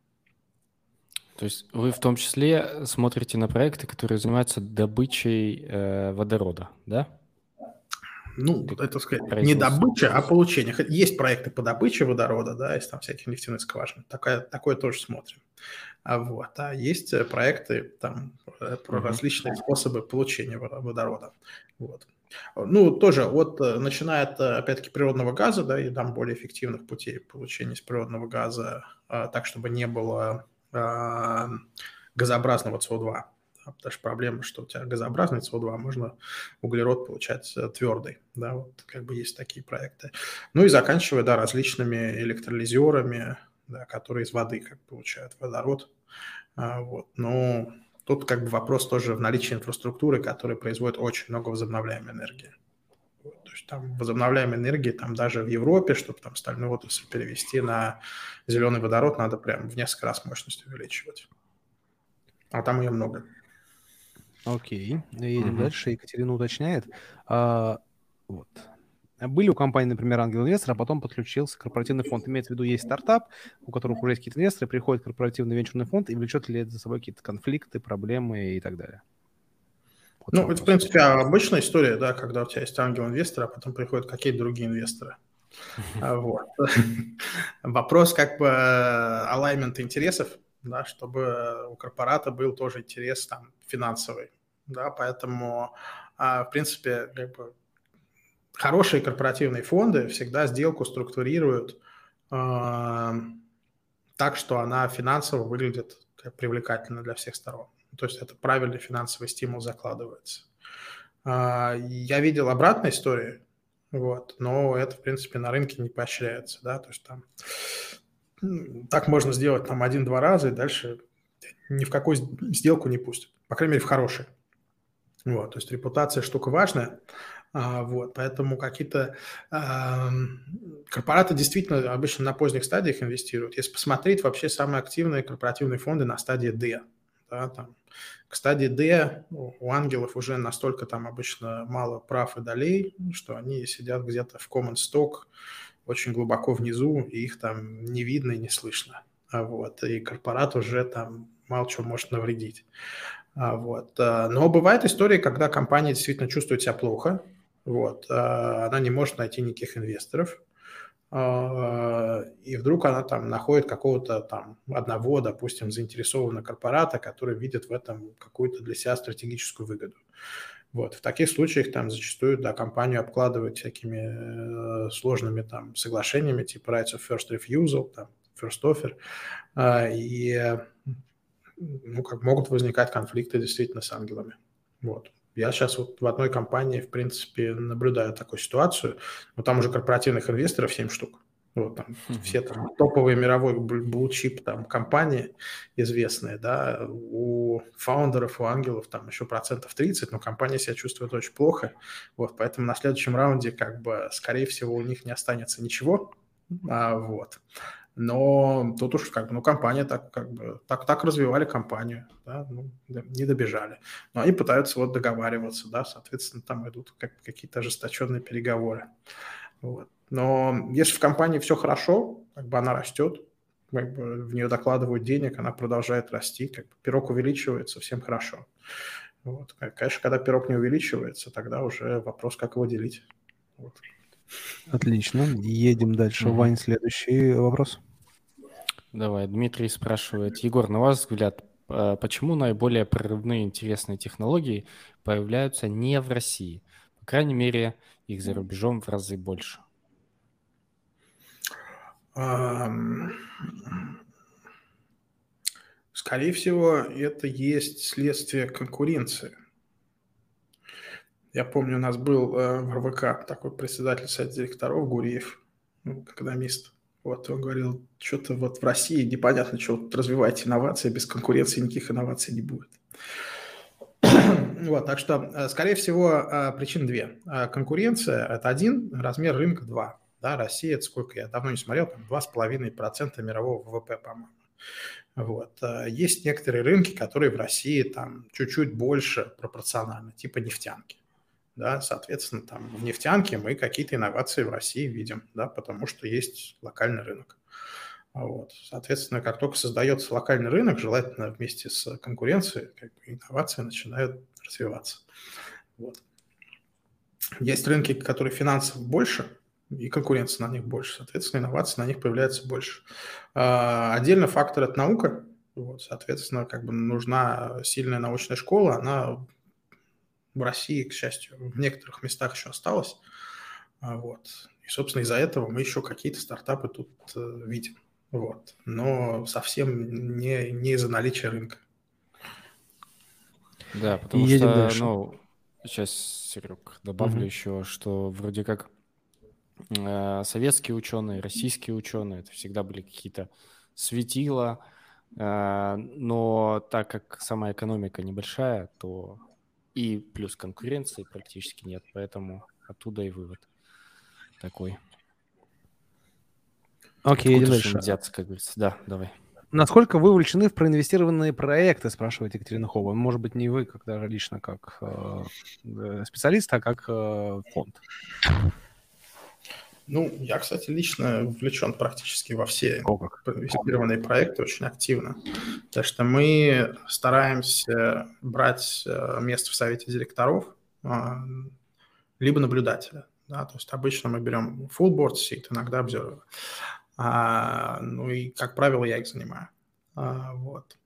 То есть вы в том числе смотрите на проекты, которые занимаются добычей водорода, да? Ну, это сказать, не добыча, а получение. Есть проекты по добыче водорода, да, есть там всякие нефтяные скважины. Такое тоже смотрим. Вот. А есть проекты там про различные способы получения водорода. Вот. Ну, тоже начиная от, опять-таки, природного газа, да, и там более эффективных путей получения из природного газа, так, чтобы не было газообразного СО2. Потому что проблема, что у тебя газообразный СО2, можно углерод получать твердый. Да, вот как бы есть такие проекты. Ну и заканчивая, да, различными электролизерами, да, которые из воды как получают водород. Вот. Но тут как бы вопрос тоже в наличии инфраструктуры, которая производит очень много возобновляемой энергии. Вот. То есть там возобновляемой энергии там даже в Европе, чтобы там стальную отрасль перевести на зеленый водород, надо прям в несколько раз мощность увеличивать. А там ее много. Окей, едем дальше. Екатерина уточняет. Вот. Были у компании, например, ангел-инвестор, а потом подключился корпоративный фонд. Имеется в виду, есть стартап, у которых уже есть какие-то инвесторы, приходит корпоративный венчурный фонд, и влечет ли это за собой какие-то конфликты, проблемы и так далее? Вот ну, это, в принципе, обычная история, да, когда у тебя есть ангел-инвестор, а потом приходят какие-то другие инвесторы. Вот. Вопрос как бы алайнмента интересов, да, чтобы у корпората был тоже интерес там финансовый, да, поэтому, в принципе, как бы хорошие корпоративные фонды всегда сделку структурируют так, что она финансово выглядит привлекательно для всех сторон. То есть это правильный финансовый стимул закладывается. Я видел обратные истории, вот, но это, в принципе, на рынке не поощряется. Да? То есть там так можно сделать там 1-2 раза, и дальше ни в какую сделку не пустят. По крайней мере, в хорошие. Вот, то есть репутация штука важная. Вот, поэтому какие-то корпораты действительно обычно на поздних стадиях инвестируют. Если посмотреть, вообще самые активные корпоративные фонды на стадии D. Да, там, к стадии D у ангелов уже настолько там обычно мало прав и долей, что они сидят где-то в common stock очень глубоко внизу, и их там не видно и не слышно. Вот, и корпорат уже там мало чего может навредить. Вот. Но бывают истории, когда компания действительно чувствует себя плохо, вот, она не может найти никаких инвесторов, и вдруг она там находит какого-то там одного, допустим, заинтересованного корпората, который видит в этом какую-то для себя стратегическую выгоду. Вот. В таких случаях там зачастую, да, компанию обкладывают всякими сложными там соглашениями, типа rights of first refusal, там, first offer, и ну, как могут возникать конфликты действительно с ангелами. Вот. Я сейчас вот в одной компании, в принципе, наблюдаю такую ситуацию, но там уже корпоративных инвесторов 7 штук. Вот там все там топовые мировой блue-чип там компании известные, да, у фаундеров, у ангелов там еще 30%, но компания себя чувствует очень плохо, вот, поэтому на следующем раунде как бы, скорее всего, у них не останется ничего, вот. Но тут уж как бы, ну, компания так как бы, так развивали компанию, да, ну, не добежали. Но они пытаются вот договариваться, да, соответственно, там идут какие-то ожесточенные переговоры. Вот. Но если в компании все хорошо, как бы она растет, как бы в нее докладывают денег, она продолжает расти, как бы пирог увеличивается, всем хорошо. Вот. Конечно, когда пирог не увеличивается, тогда уже вопрос, как его делить. Вот. Отлично. Едем дальше. Вань, следующий вопрос. Давай, Дмитрий спрашивает. Егор, на ваш взгляд, почему наиболее прорывные интересные технологии появляются не в России? По крайней мере, их за рубежом в разы больше. Скорее всего, это есть следствие конкуренции. Я помню, у нас был в РВК такой председатель совета директоров Гуриев, экономист. Вот он говорил, что-то вот в России непонятно, что вот развивать инновации, без конкуренции никаких инноваций не будет. Вот, так что, скорее всего, причин две. Конкуренция – это один, размер рынка – два. Да, Россия – это сколько, я давно не смотрел, там 2,5% мирового ВВП, по-моему. Вот. Есть некоторые рынки, которые в России там чуть-чуть больше пропорционально, типа нефтянки. Да, соответственно, там в нефтянке мы какие-то инновации в России видим, да, потому что есть локальный рынок. Вот. Соответственно, как только создается локальный рынок, желательно вместе с конкуренцией, как бы инновации начинают развиваться. Вот. Есть рынки, которые финансово больше, и конкуренция на них больше, соответственно, инноваций на них появляется больше. Отдельный фактор – это наука. Вот, соответственно, как бы нужна сильная научная школа, она в России, к счастью, в некоторых местах еще осталась. Вот. И, собственно, из-за этого мы еще какие-то стартапы тут видим. Вот. Но совсем не из-за наличия рынка. Да, потому что, ну, сейчас, Серег, добавлю еще, что вроде как советские ученые, российские ученые, это всегда были какие-то светила, но так как сама экономика небольшая, то и плюс конкуренции практически нет, поэтому оттуда и вывод такой. Окей, идем дальше. Взяться, как говорится. Да, давай. Насколько вы увлечены в проинвестированные проекты, спрашивает Екатерина Хова. Может быть, не вы, как даже лично как специалист, а как фонд. Ну, я, кстати, лично вовлечен практически во все инвестированные проекты очень активно. Так что мы стараемся брать место в совете директоров, либо наблюдателя. Да? То есть обычно мы берем full board seat, иногда observer. Ну и, как правило, я их занимаю. Вот.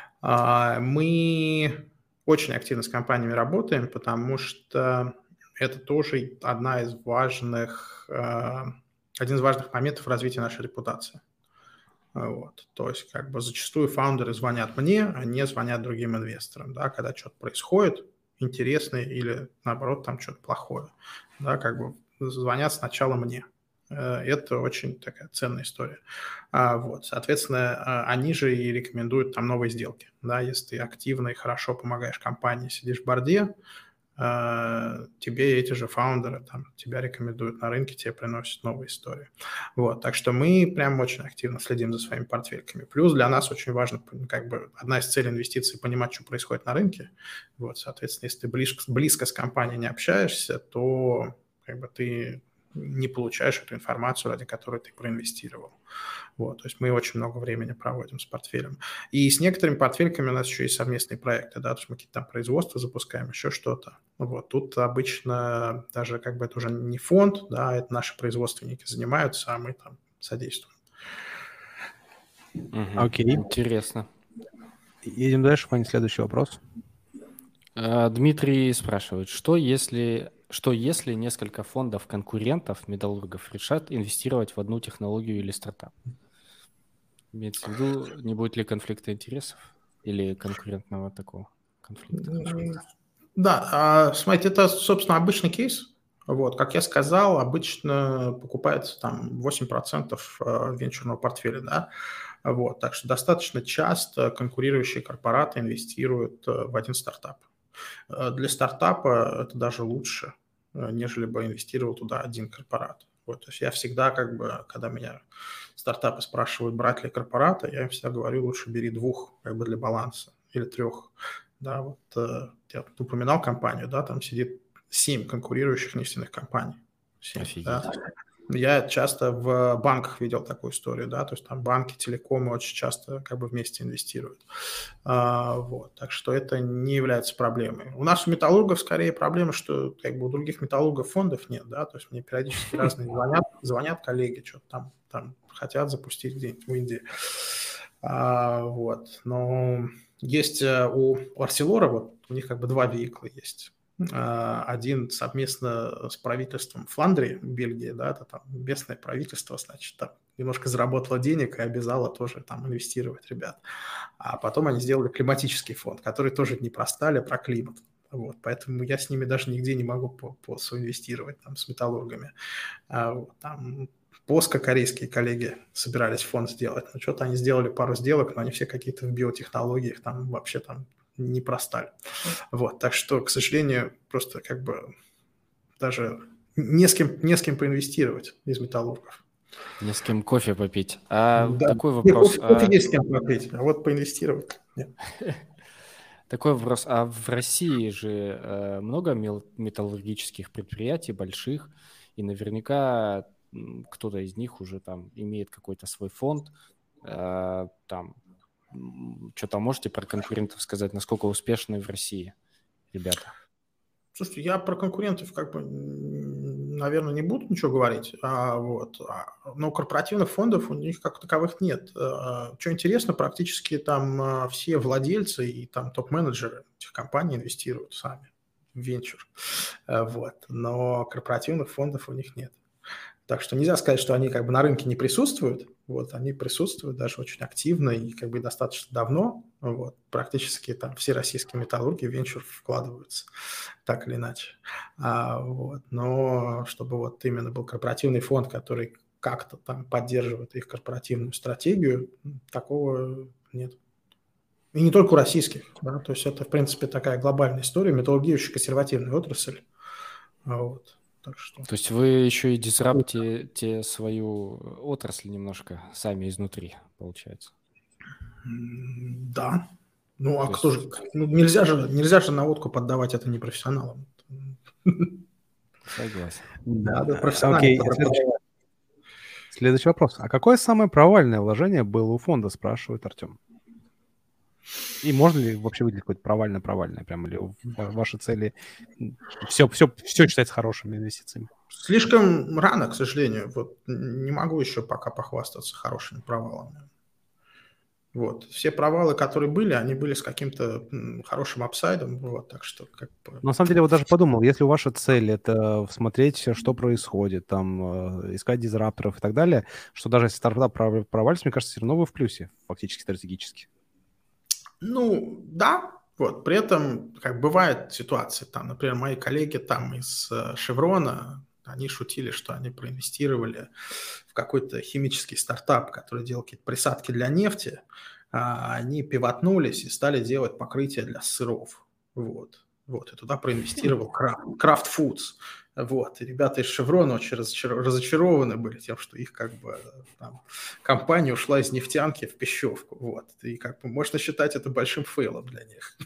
Мы очень активно с компаниями работаем, потому что это тоже один из важных моментов развития нашей репутации. Вот. То есть как бы зачастую фаундеры звонят мне, а не звонят другим инвесторам, да, когда что-то происходит интересное или, наоборот, там что-то плохое. Да, как бы звонят сначала мне. Это очень такая ценная история. Вот. Соответственно, они же и рекомендуют там новые сделки. Да, если ты активно и хорошо помогаешь компании, сидишь в борде, тебе эти же фаундеры там, тебя рекомендуют на рынке, тебе приносят новые истории. Вот. Так что мы прям очень активно следим за своими портфельками. Плюс для нас очень важно, как бы одна из целей инвестиций – понимать, что происходит на рынке. Вот. Соответственно, если ты близко с компанией не общаешься, то как бы ты не получаешь эту информацию, ради которой ты проинвестировал. Вот, то есть мы очень много времени проводим с портфелем. И с некоторыми портфельками у нас еще есть совместные проекты, да, то есть мы какие-то там производства запускаем, еще что-то. Вот, тут обычно даже как бы это уже не фонд, да, это наши производственники занимаются, а мы там содействуем. Окей. Интересно. Едем дальше, Ваня, следующий вопрос. Дмитрий спрашивает, что если несколько фондов-конкурентов, металлургов решат инвестировать в одну технологию или стартап? Имеется в виду, не будет ли конфликта интересов или конкурентного такого конфликта? Да, смотрите, это, собственно, обычный кейс. Вот, как я сказал, обычно покупается там 8% венчурного портфеля, да. Вот, так что достаточно часто конкурирующие корпораты инвестируют в один стартап. Для стартапа это даже лучше, нежели бы инвестировал туда один корпорат. Вот, то есть я всегда, как бы, когда меня стартапы спрашивают, брать ли корпората, я им всегда говорю, лучше бери двух, как бы, для баланса, или трех. Да, вот я упоминал компанию, да, там сидит 7 конкурирующих нефтяных компаний. 7, да. Офигеть. Я часто в банках видел такую историю, да, то есть там банки, телекомы очень часто как бы вместе инвестируют. Вот, так что это не является проблемой. У нас у металлургов скорее проблема, что как бы у других металлургов фондов нет, да, то есть мне периодически разные звонят коллеги, что-то там хотят запустить где-нибудь в Индии. Вот, но есть у Арселора, вот у них как бы два вehicла есть. Один совместно с правительством Фландрии, Бельгии, да, это там местное правительство, значит, там немножко заработало денег и обязало тоже там инвестировать ребят. А потом они сделали климатический фонд, который тоже не про сталь, а про климат. Вот, поэтому я с ними даже нигде не могу соинвестировать там, с металлургами. Вот, там плоско-корейские коллеги собирались фонд сделать. Ну, что-то они сделали пару сделок, но они все какие-то в биотехнологиях, там вообще там не про сталь. Вот, так что, к сожалению, просто как бы даже не с кем поинвестировать из металлургов. Не с кем кофе попить. Да. Такой вопрос. Кофе есть с кем попить, а вот поинвестировать нет. Такой вопрос. А в России же много металлургических предприятий больших, и наверняка кто-то из них уже там имеет какой-то свой фонд. Там что-то можете про конкурентов сказать, насколько успешны в России ребята? Слушайте, я про конкурентов как бы, наверное, не буду ничего говорить, но корпоративных фондов у них как таковых нет. Что интересно, практически там все владельцы и там топ-менеджеры этих компаний инвестируют сами в венчур. Вот. Но корпоративных фондов у них нет. Так что нельзя сказать, что они как бы на рынке не присутствуют. Вот, они присутствуют даже очень активно и как бы достаточно давно. Вот, практически там все российские металлурги в венчур вкладываются, так или иначе. Вот, но чтобы вот именно был корпоративный фонд, который как-то там поддерживает их корпоративную стратегию, такого нет. И не только у российских. Да, то есть это, в принципе, такая глобальная история. Металлургия очень консервативная отрасль. Вот. Так что... То есть вы еще и дисраптите свою отрасль немножко сами изнутри, получается? Да. Ну, а кто же... Ну, нельзя же наводку поддавать это непрофессионалам. Согласен. Да, окей. Следующий вопрос. А какое самое провальное вложение было у фонда, спрашивает Артем. И можно ли вообще выделить какое-то провальное, прям, или ваши цели, все считается хорошими инвестициями? Слишком рано, к сожалению. Вот не могу еще пока похвастаться хорошими провалами. Вот. Все провалы, которые были, они были с каким-то хорошим апсайдом. Вот, так что как бы... На самом деле, вот даже подумал, если ваша цель — это смотреть, что происходит, там, искать дизрапторов и так далее, что даже если стартап провалится, мне кажется, все равно вы в плюсе, фактически, стратегически. Ну, да. Вот. При этом, как бывают ситуации, там, например, мои коллеги там из Шеврона, они шутили, что они проинвестировали в какой-то химический стартап, который делал какие-то присадки для нефти. Они пивотнулись и стали делать покрытие для сыров. Вот. И туда проинвестировал Kraft Foods. Вот. И ребята из Шеврона очень разочарованы были тем, что их как бы там, компания ушла из нефтянки в пищевку. Вот. И как бы можно считать это большим фейлом для них.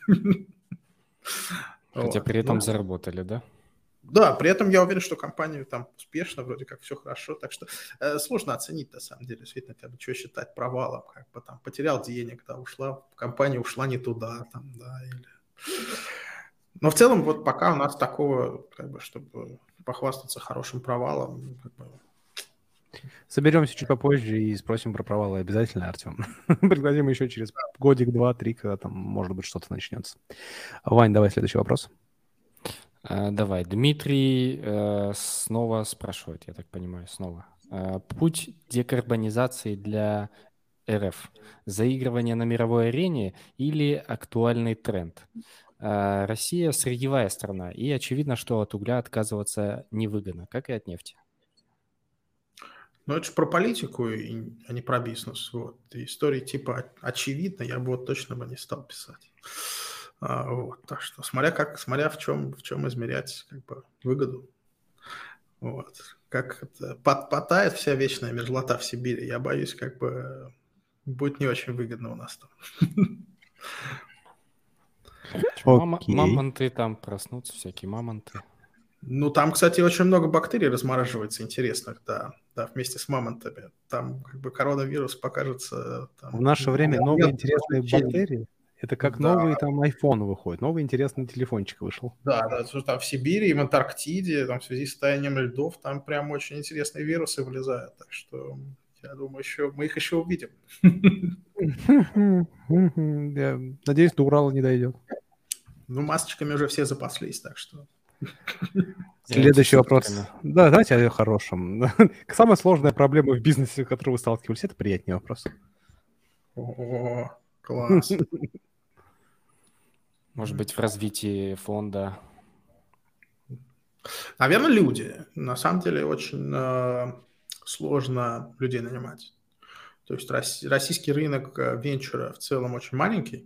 Хотя при этом заработали, да? Да, при этом я уверен, что компания там успешна, вроде как все хорошо, так что сложно оценить, на самом деле, действительно, как бы, что считать провалом, как бы там потерял денег, да, компания ушла не туда, там, да, или... Но в целом вот пока у нас такого, как бы, чтобы похвастаться хорошим провалом, как бы, Соберемся чуть попозже и спросим про провалы обязательно, Артем. Пригласим еще через годик, два, три, когда там, может быть, что-то начнется. Вань, давай следующий вопрос. Давай. Дмитрий снова спрашивает, я так понимаю, снова. Путь декарбонизации для РФ. Заигрывание на мировой арене или актуальный тренд? Россия сырьевая страна, и очевидно, что от угля отказываться невыгодно, как и от нефти. Ну, это же про политику, а не про бизнес. Вот. И истории типа очевидно, я бы вот точно бы не стал писать. Вот. Так что смотря в чем измерять как бы выгоду. Вот. Как это, потает вся вечная мерзлота в Сибири, я боюсь, как бы будет не очень выгодно у нас там. Мамонты там проснутся, всякие мамонты. Ну, там, кстати, очень много бактерий размораживается интересных, да, вместе с мамонтами. Там как бы коронавирус покажется... Там, в наше время новые интересные бактерии, это как новый там iPhone выходит, новый интересный телефончик вышел. Да, там в Сибири, в Антарктиде, там в связи с таянием льдов, там прям очень интересные вирусы вылезают, так что я думаю, мы их еще увидим. Надеюсь, до Урала не дойдет. Ну, масочками уже все запаслись, так что... Следующий вопрос. Да, давайте о хорошем. Самая сложная проблема в бизнесе, с которой вы сталкивались, это приятный вопрос. О, класс. Может быть, в развитии фонда? Наверное, люди. На самом деле очень сложно людей нанимать. То есть российский рынок венчура в целом очень маленький.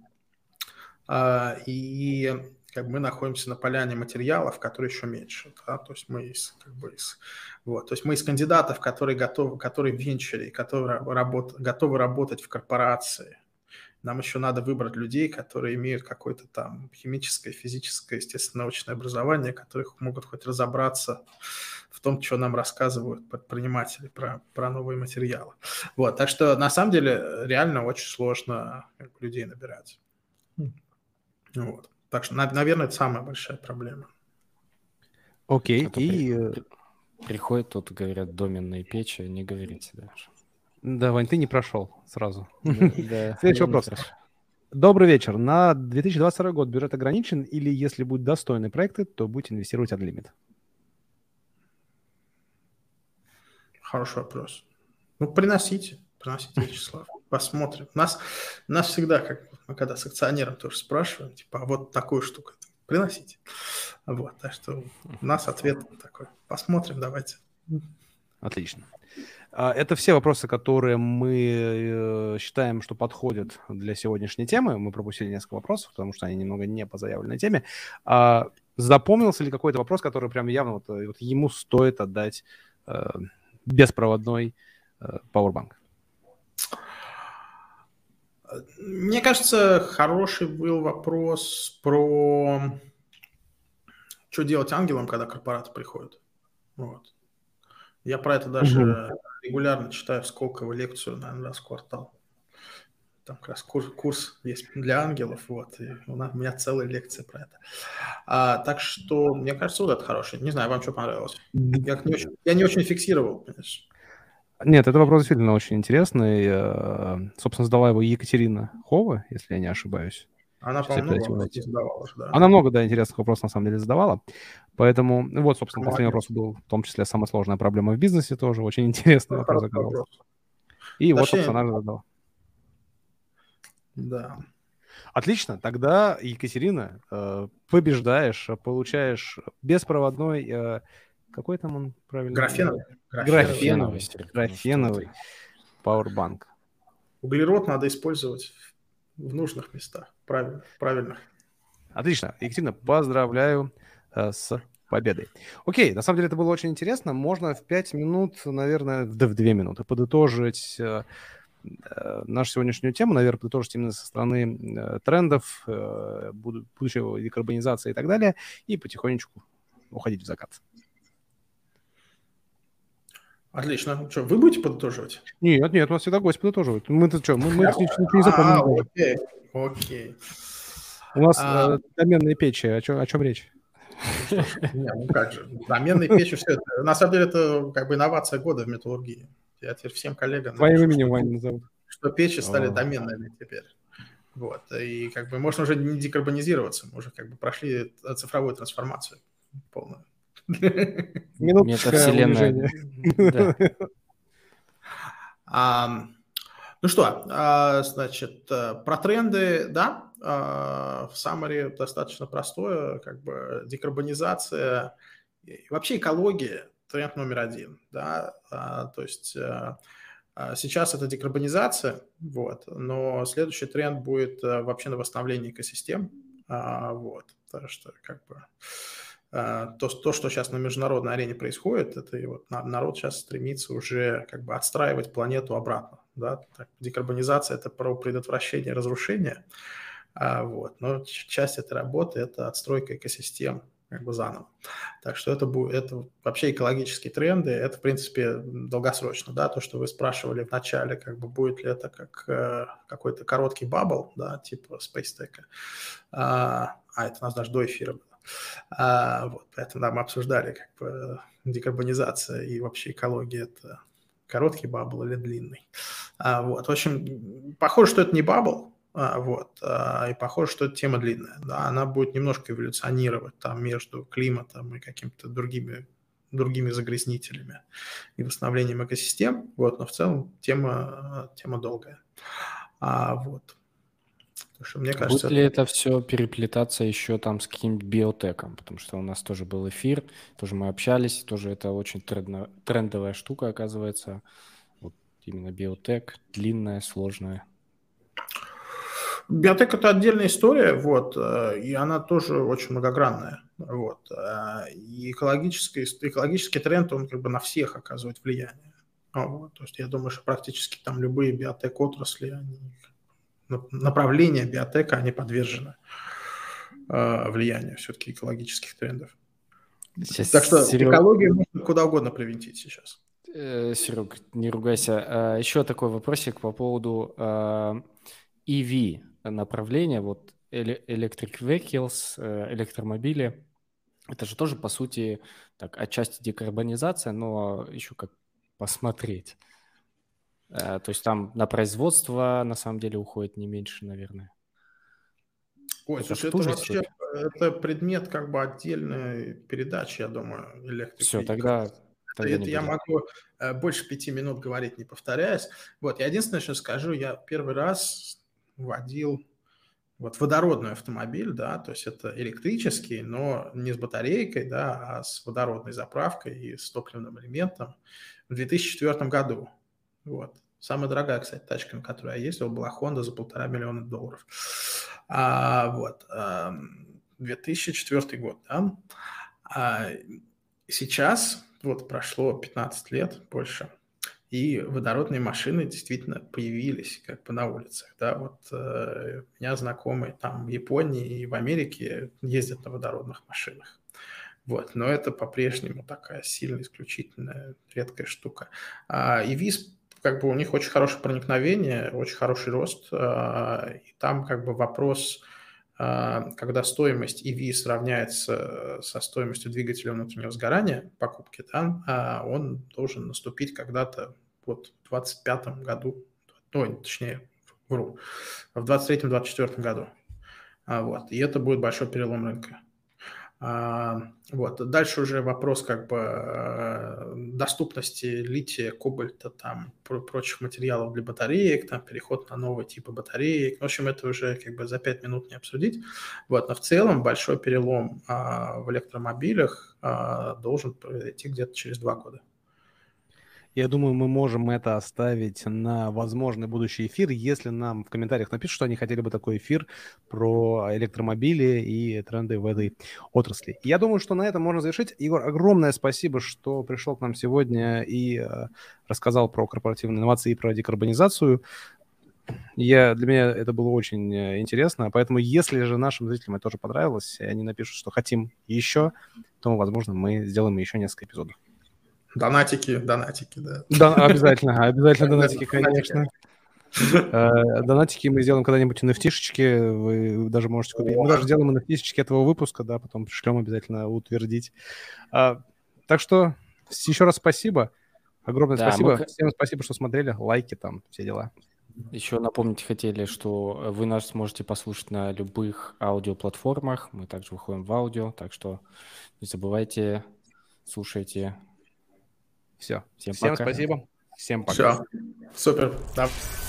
И как бы мы находимся на поляне материалов, которые еще меньше. Да? То есть мы из кандидатов, которые в венчуре, которые готовы работать в корпорации. Нам еще надо выбрать людей, которые имеют какое-то там химическое, физическое, естественно, научное образование, которые могут хоть разобраться в том, что нам рассказывают предприниматели про новые материалы. Вот, так что на самом деле реально очень сложно людей набирать. Вот. Так что, наверное, это самая большая проблема. Окей. Приходят тут, говорят, доменные печи, не говорите даже. Да, Вань, ты не прошел сразу. Да, Следующий вопрос. Добрый вечер. На 2022 год бюджет ограничен или если будут достойные проекты, то будете инвестировать unlimited? Хороший вопрос. Ну, приносите, Вячеслав. Посмотрим. Нас всегда, когда с акционером тоже спрашиваем, типа, а вот такую штуку приносите. Вот, так что у нас ответ такой. Посмотрим, давайте. Отлично. Это все вопросы, которые мы считаем, что подходят для сегодняшней темы. Мы пропустили несколько вопросов, потому что они немного не по заявленной теме. Запомнился ли какой-то вопрос, который прям явно вот ему стоит отдать беспроводной Powerbank? Мне кажется, хороший был вопрос про что делать ангелам, когда корпораты приходят. Вот. Я про это даже регулярно читаю в Сколково лекцию, наверное, раз в квартал. Там как раз курс есть для ангелов, вот, и у меня целая лекция про это. Так что, мне кажется, вот это хороший. Не знаю, вам что понравилось? Я не очень фиксировал, конечно. Нет, этот вопрос действительно очень интересный. Собственно, задала его Екатерина Хова, если я не ошибаюсь. Она, по-моему, много задавала. Да. Она много, да, интересных вопросов на самом деле задавала. Поэтому, вот, собственно, последний вопрос был, в том числе, самая сложная проблема в бизнесе тоже. Очень интересный вопрос оказался. И вот, собственно, она задала. Да. Отлично. Тогда, Екатерина, побеждаешь, получаешь беспроводной... Какой там он правильно? Графеновый Powerbank. Углерод надо использовать в нужных местах. Правильно. Отлично. Екатерина, поздравляю с победой. Окей, на самом деле это было очень интересно. Можно в 5 минут, наверное, в 2 минуты подытожить нашу сегодняшнюю тему, наверное, подытожить именно со стороны трендов, будущего декарбонизации и так далее, и потихонечку уходить в закат. Отлично. Что, вы будете подытоживать? Нет, у нас всегда гость подытоживает. Мы-то что, мы ничего не запомнили. Окей. У нас доменные печи. О чем речь? что ж, ну как же, доменные печи, все это. На самом деле это как бы инновация года в металлургии. Я теперь всем коллегам Твоим напишу, именем Ваня назовут. что печи стали доменными теперь. Вот. И как бы можно уже не декарбонизироваться, мы уже как бы прошли цифровую трансформацию полную. Метавселенная. Ну что, значит, про тренды, да, в summary достаточно простое, как бы декарбонизация и вообще экология – тренд номер один, да, то есть сейчас это декарбонизация, вот, но следующий тренд будет вообще на восстановление экосистем, вот, потому что как бы то, что сейчас на международной арене происходит, это и вот народ сейчас стремится уже как бы отстраивать планету обратно, да, так, декарбонизация – это про предотвращение разрушения, вот, но часть этой работы – это отстройка экосистем как бы заново. Так что это вообще экологические тренды, это, в принципе, долгосрочно, да, то, что вы спрашивали в начале, как бы будет ли это как какой-то короткий бабл, да, типа SpaceTech, это у нас даже до эфира было. Вот, поэтому, да, мы обсуждали как бы декарбонизация и вообще экология, это короткий бабл или длинный. Вот, в общем, похоже, что это не бабл, вот, и похоже, что эта тема длинная, да, она будет немножко эволюционировать там между климатом и какими-то другими загрязнителями и восстановлением экосистем, вот, но в целом тема долгая, вот. Потому что, мне кажется, будет ли это все переплетаться еще там с каким-нибудь биотеком, потому что у нас тоже был эфир, тоже мы общались, тоже это очень трендовая штука, оказывается, вот именно биотек, длинная, сложная. Биотек – это отдельная история, вот, и она тоже очень многогранная, вот, и экологический тренд, он как бы на всех оказывает влияние, вот, то есть я думаю, что практически там любые биотек-отрасли, направления биотека, они подвержены влиянию все-таки экологических трендов. Сейчас, так что Серег... экологию можно куда угодно привинтить сейчас. Серег, не ругайся. Еще такой вопросик по поводу EV направления, вот electric vehicles, электромобили, это же тоже, по сути, так, отчасти декарбонизация, но еще как посмотреть. То есть там на производство, на самом деле, уходит не меньше, наверное. Ой, это слушай, это вообще это предмет как бы отдельной передачи, я думаю, electric Все, vehicles. тогда это я могу больше 5 минут говорить, не повторяясь. Вот, я единственное, что скажу, я первый раз водил вот водородный автомобиль, да, то есть это электрический, но не с батарейкой, да, а с водородной заправкой и с топливным элементом в 2004 году. Вот. Самая дорогая, кстати, тачка, на которой я ездил, была Honda за $1,5 миллиона. Вот. 2004 год, да. Сейчас, вот прошло 15 лет, больше, и водородные машины действительно появились как бы на улицах, да, вот у меня знакомые там в Японии и в Америке ездят на водородных машинах, вот, но это по-прежнему такая сильно исключительная, редкая штука. И ВИЗ, как бы у них очень хорошее проникновение, очень хороший рост, и там как бы вопрос, когда стоимость EV сравняется со стоимостью двигателя внутреннего сгорания покупки, да, он должен наступить когда-то вот в 2025 году, ну, точнее, в 2023-2024 году. Вот, и это будет большой перелом рынка. Вот. Дальше уже вопрос как бы доступности лития, кобальта, там, прочих материалов для батареек, там, переход на новые типы батареек. В общем, это уже как бы за 5 минут не обсудить. Вот. Но в целом большой перелом в электромобилях должен произойти где-то через 2 года. Я думаю, мы можем это оставить на возможный будущий эфир, если нам в комментариях напишут, что они хотели бы такой эфир про электромобили и тренды в этой отрасли. Я думаю, что на этом можно завершить. Егор, огромное спасибо, что пришел к нам сегодня и рассказал про корпоративные инновации и про декарбонизацию. Для меня это было очень интересно, поэтому если же нашим зрителям это тоже понравилось, и они напишут, что хотим еще, то, возможно, мы сделаем еще несколько эпизодов. Донатики, да. Да, обязательно донатики, конечно. Донатики мы сделаем когда-нибудь NFT-шечки, вы даже можете купить. Мы даже сделаем NFT-шечки этого выпуска, да, потом пришлем обязательно утвердить. Так что еще раз спасибо. Огромное спасибо. Всем спасибо, что смотрели. Лайки там, все дела. Еще напомнить хотели, что вы нас сможете послушать на любых аудиоплатформах. Мы также выходим в аудио, так что не забывайте, слушайте. Все. Всем пока. Спасибо. Всем пока. Все. Супер. Да.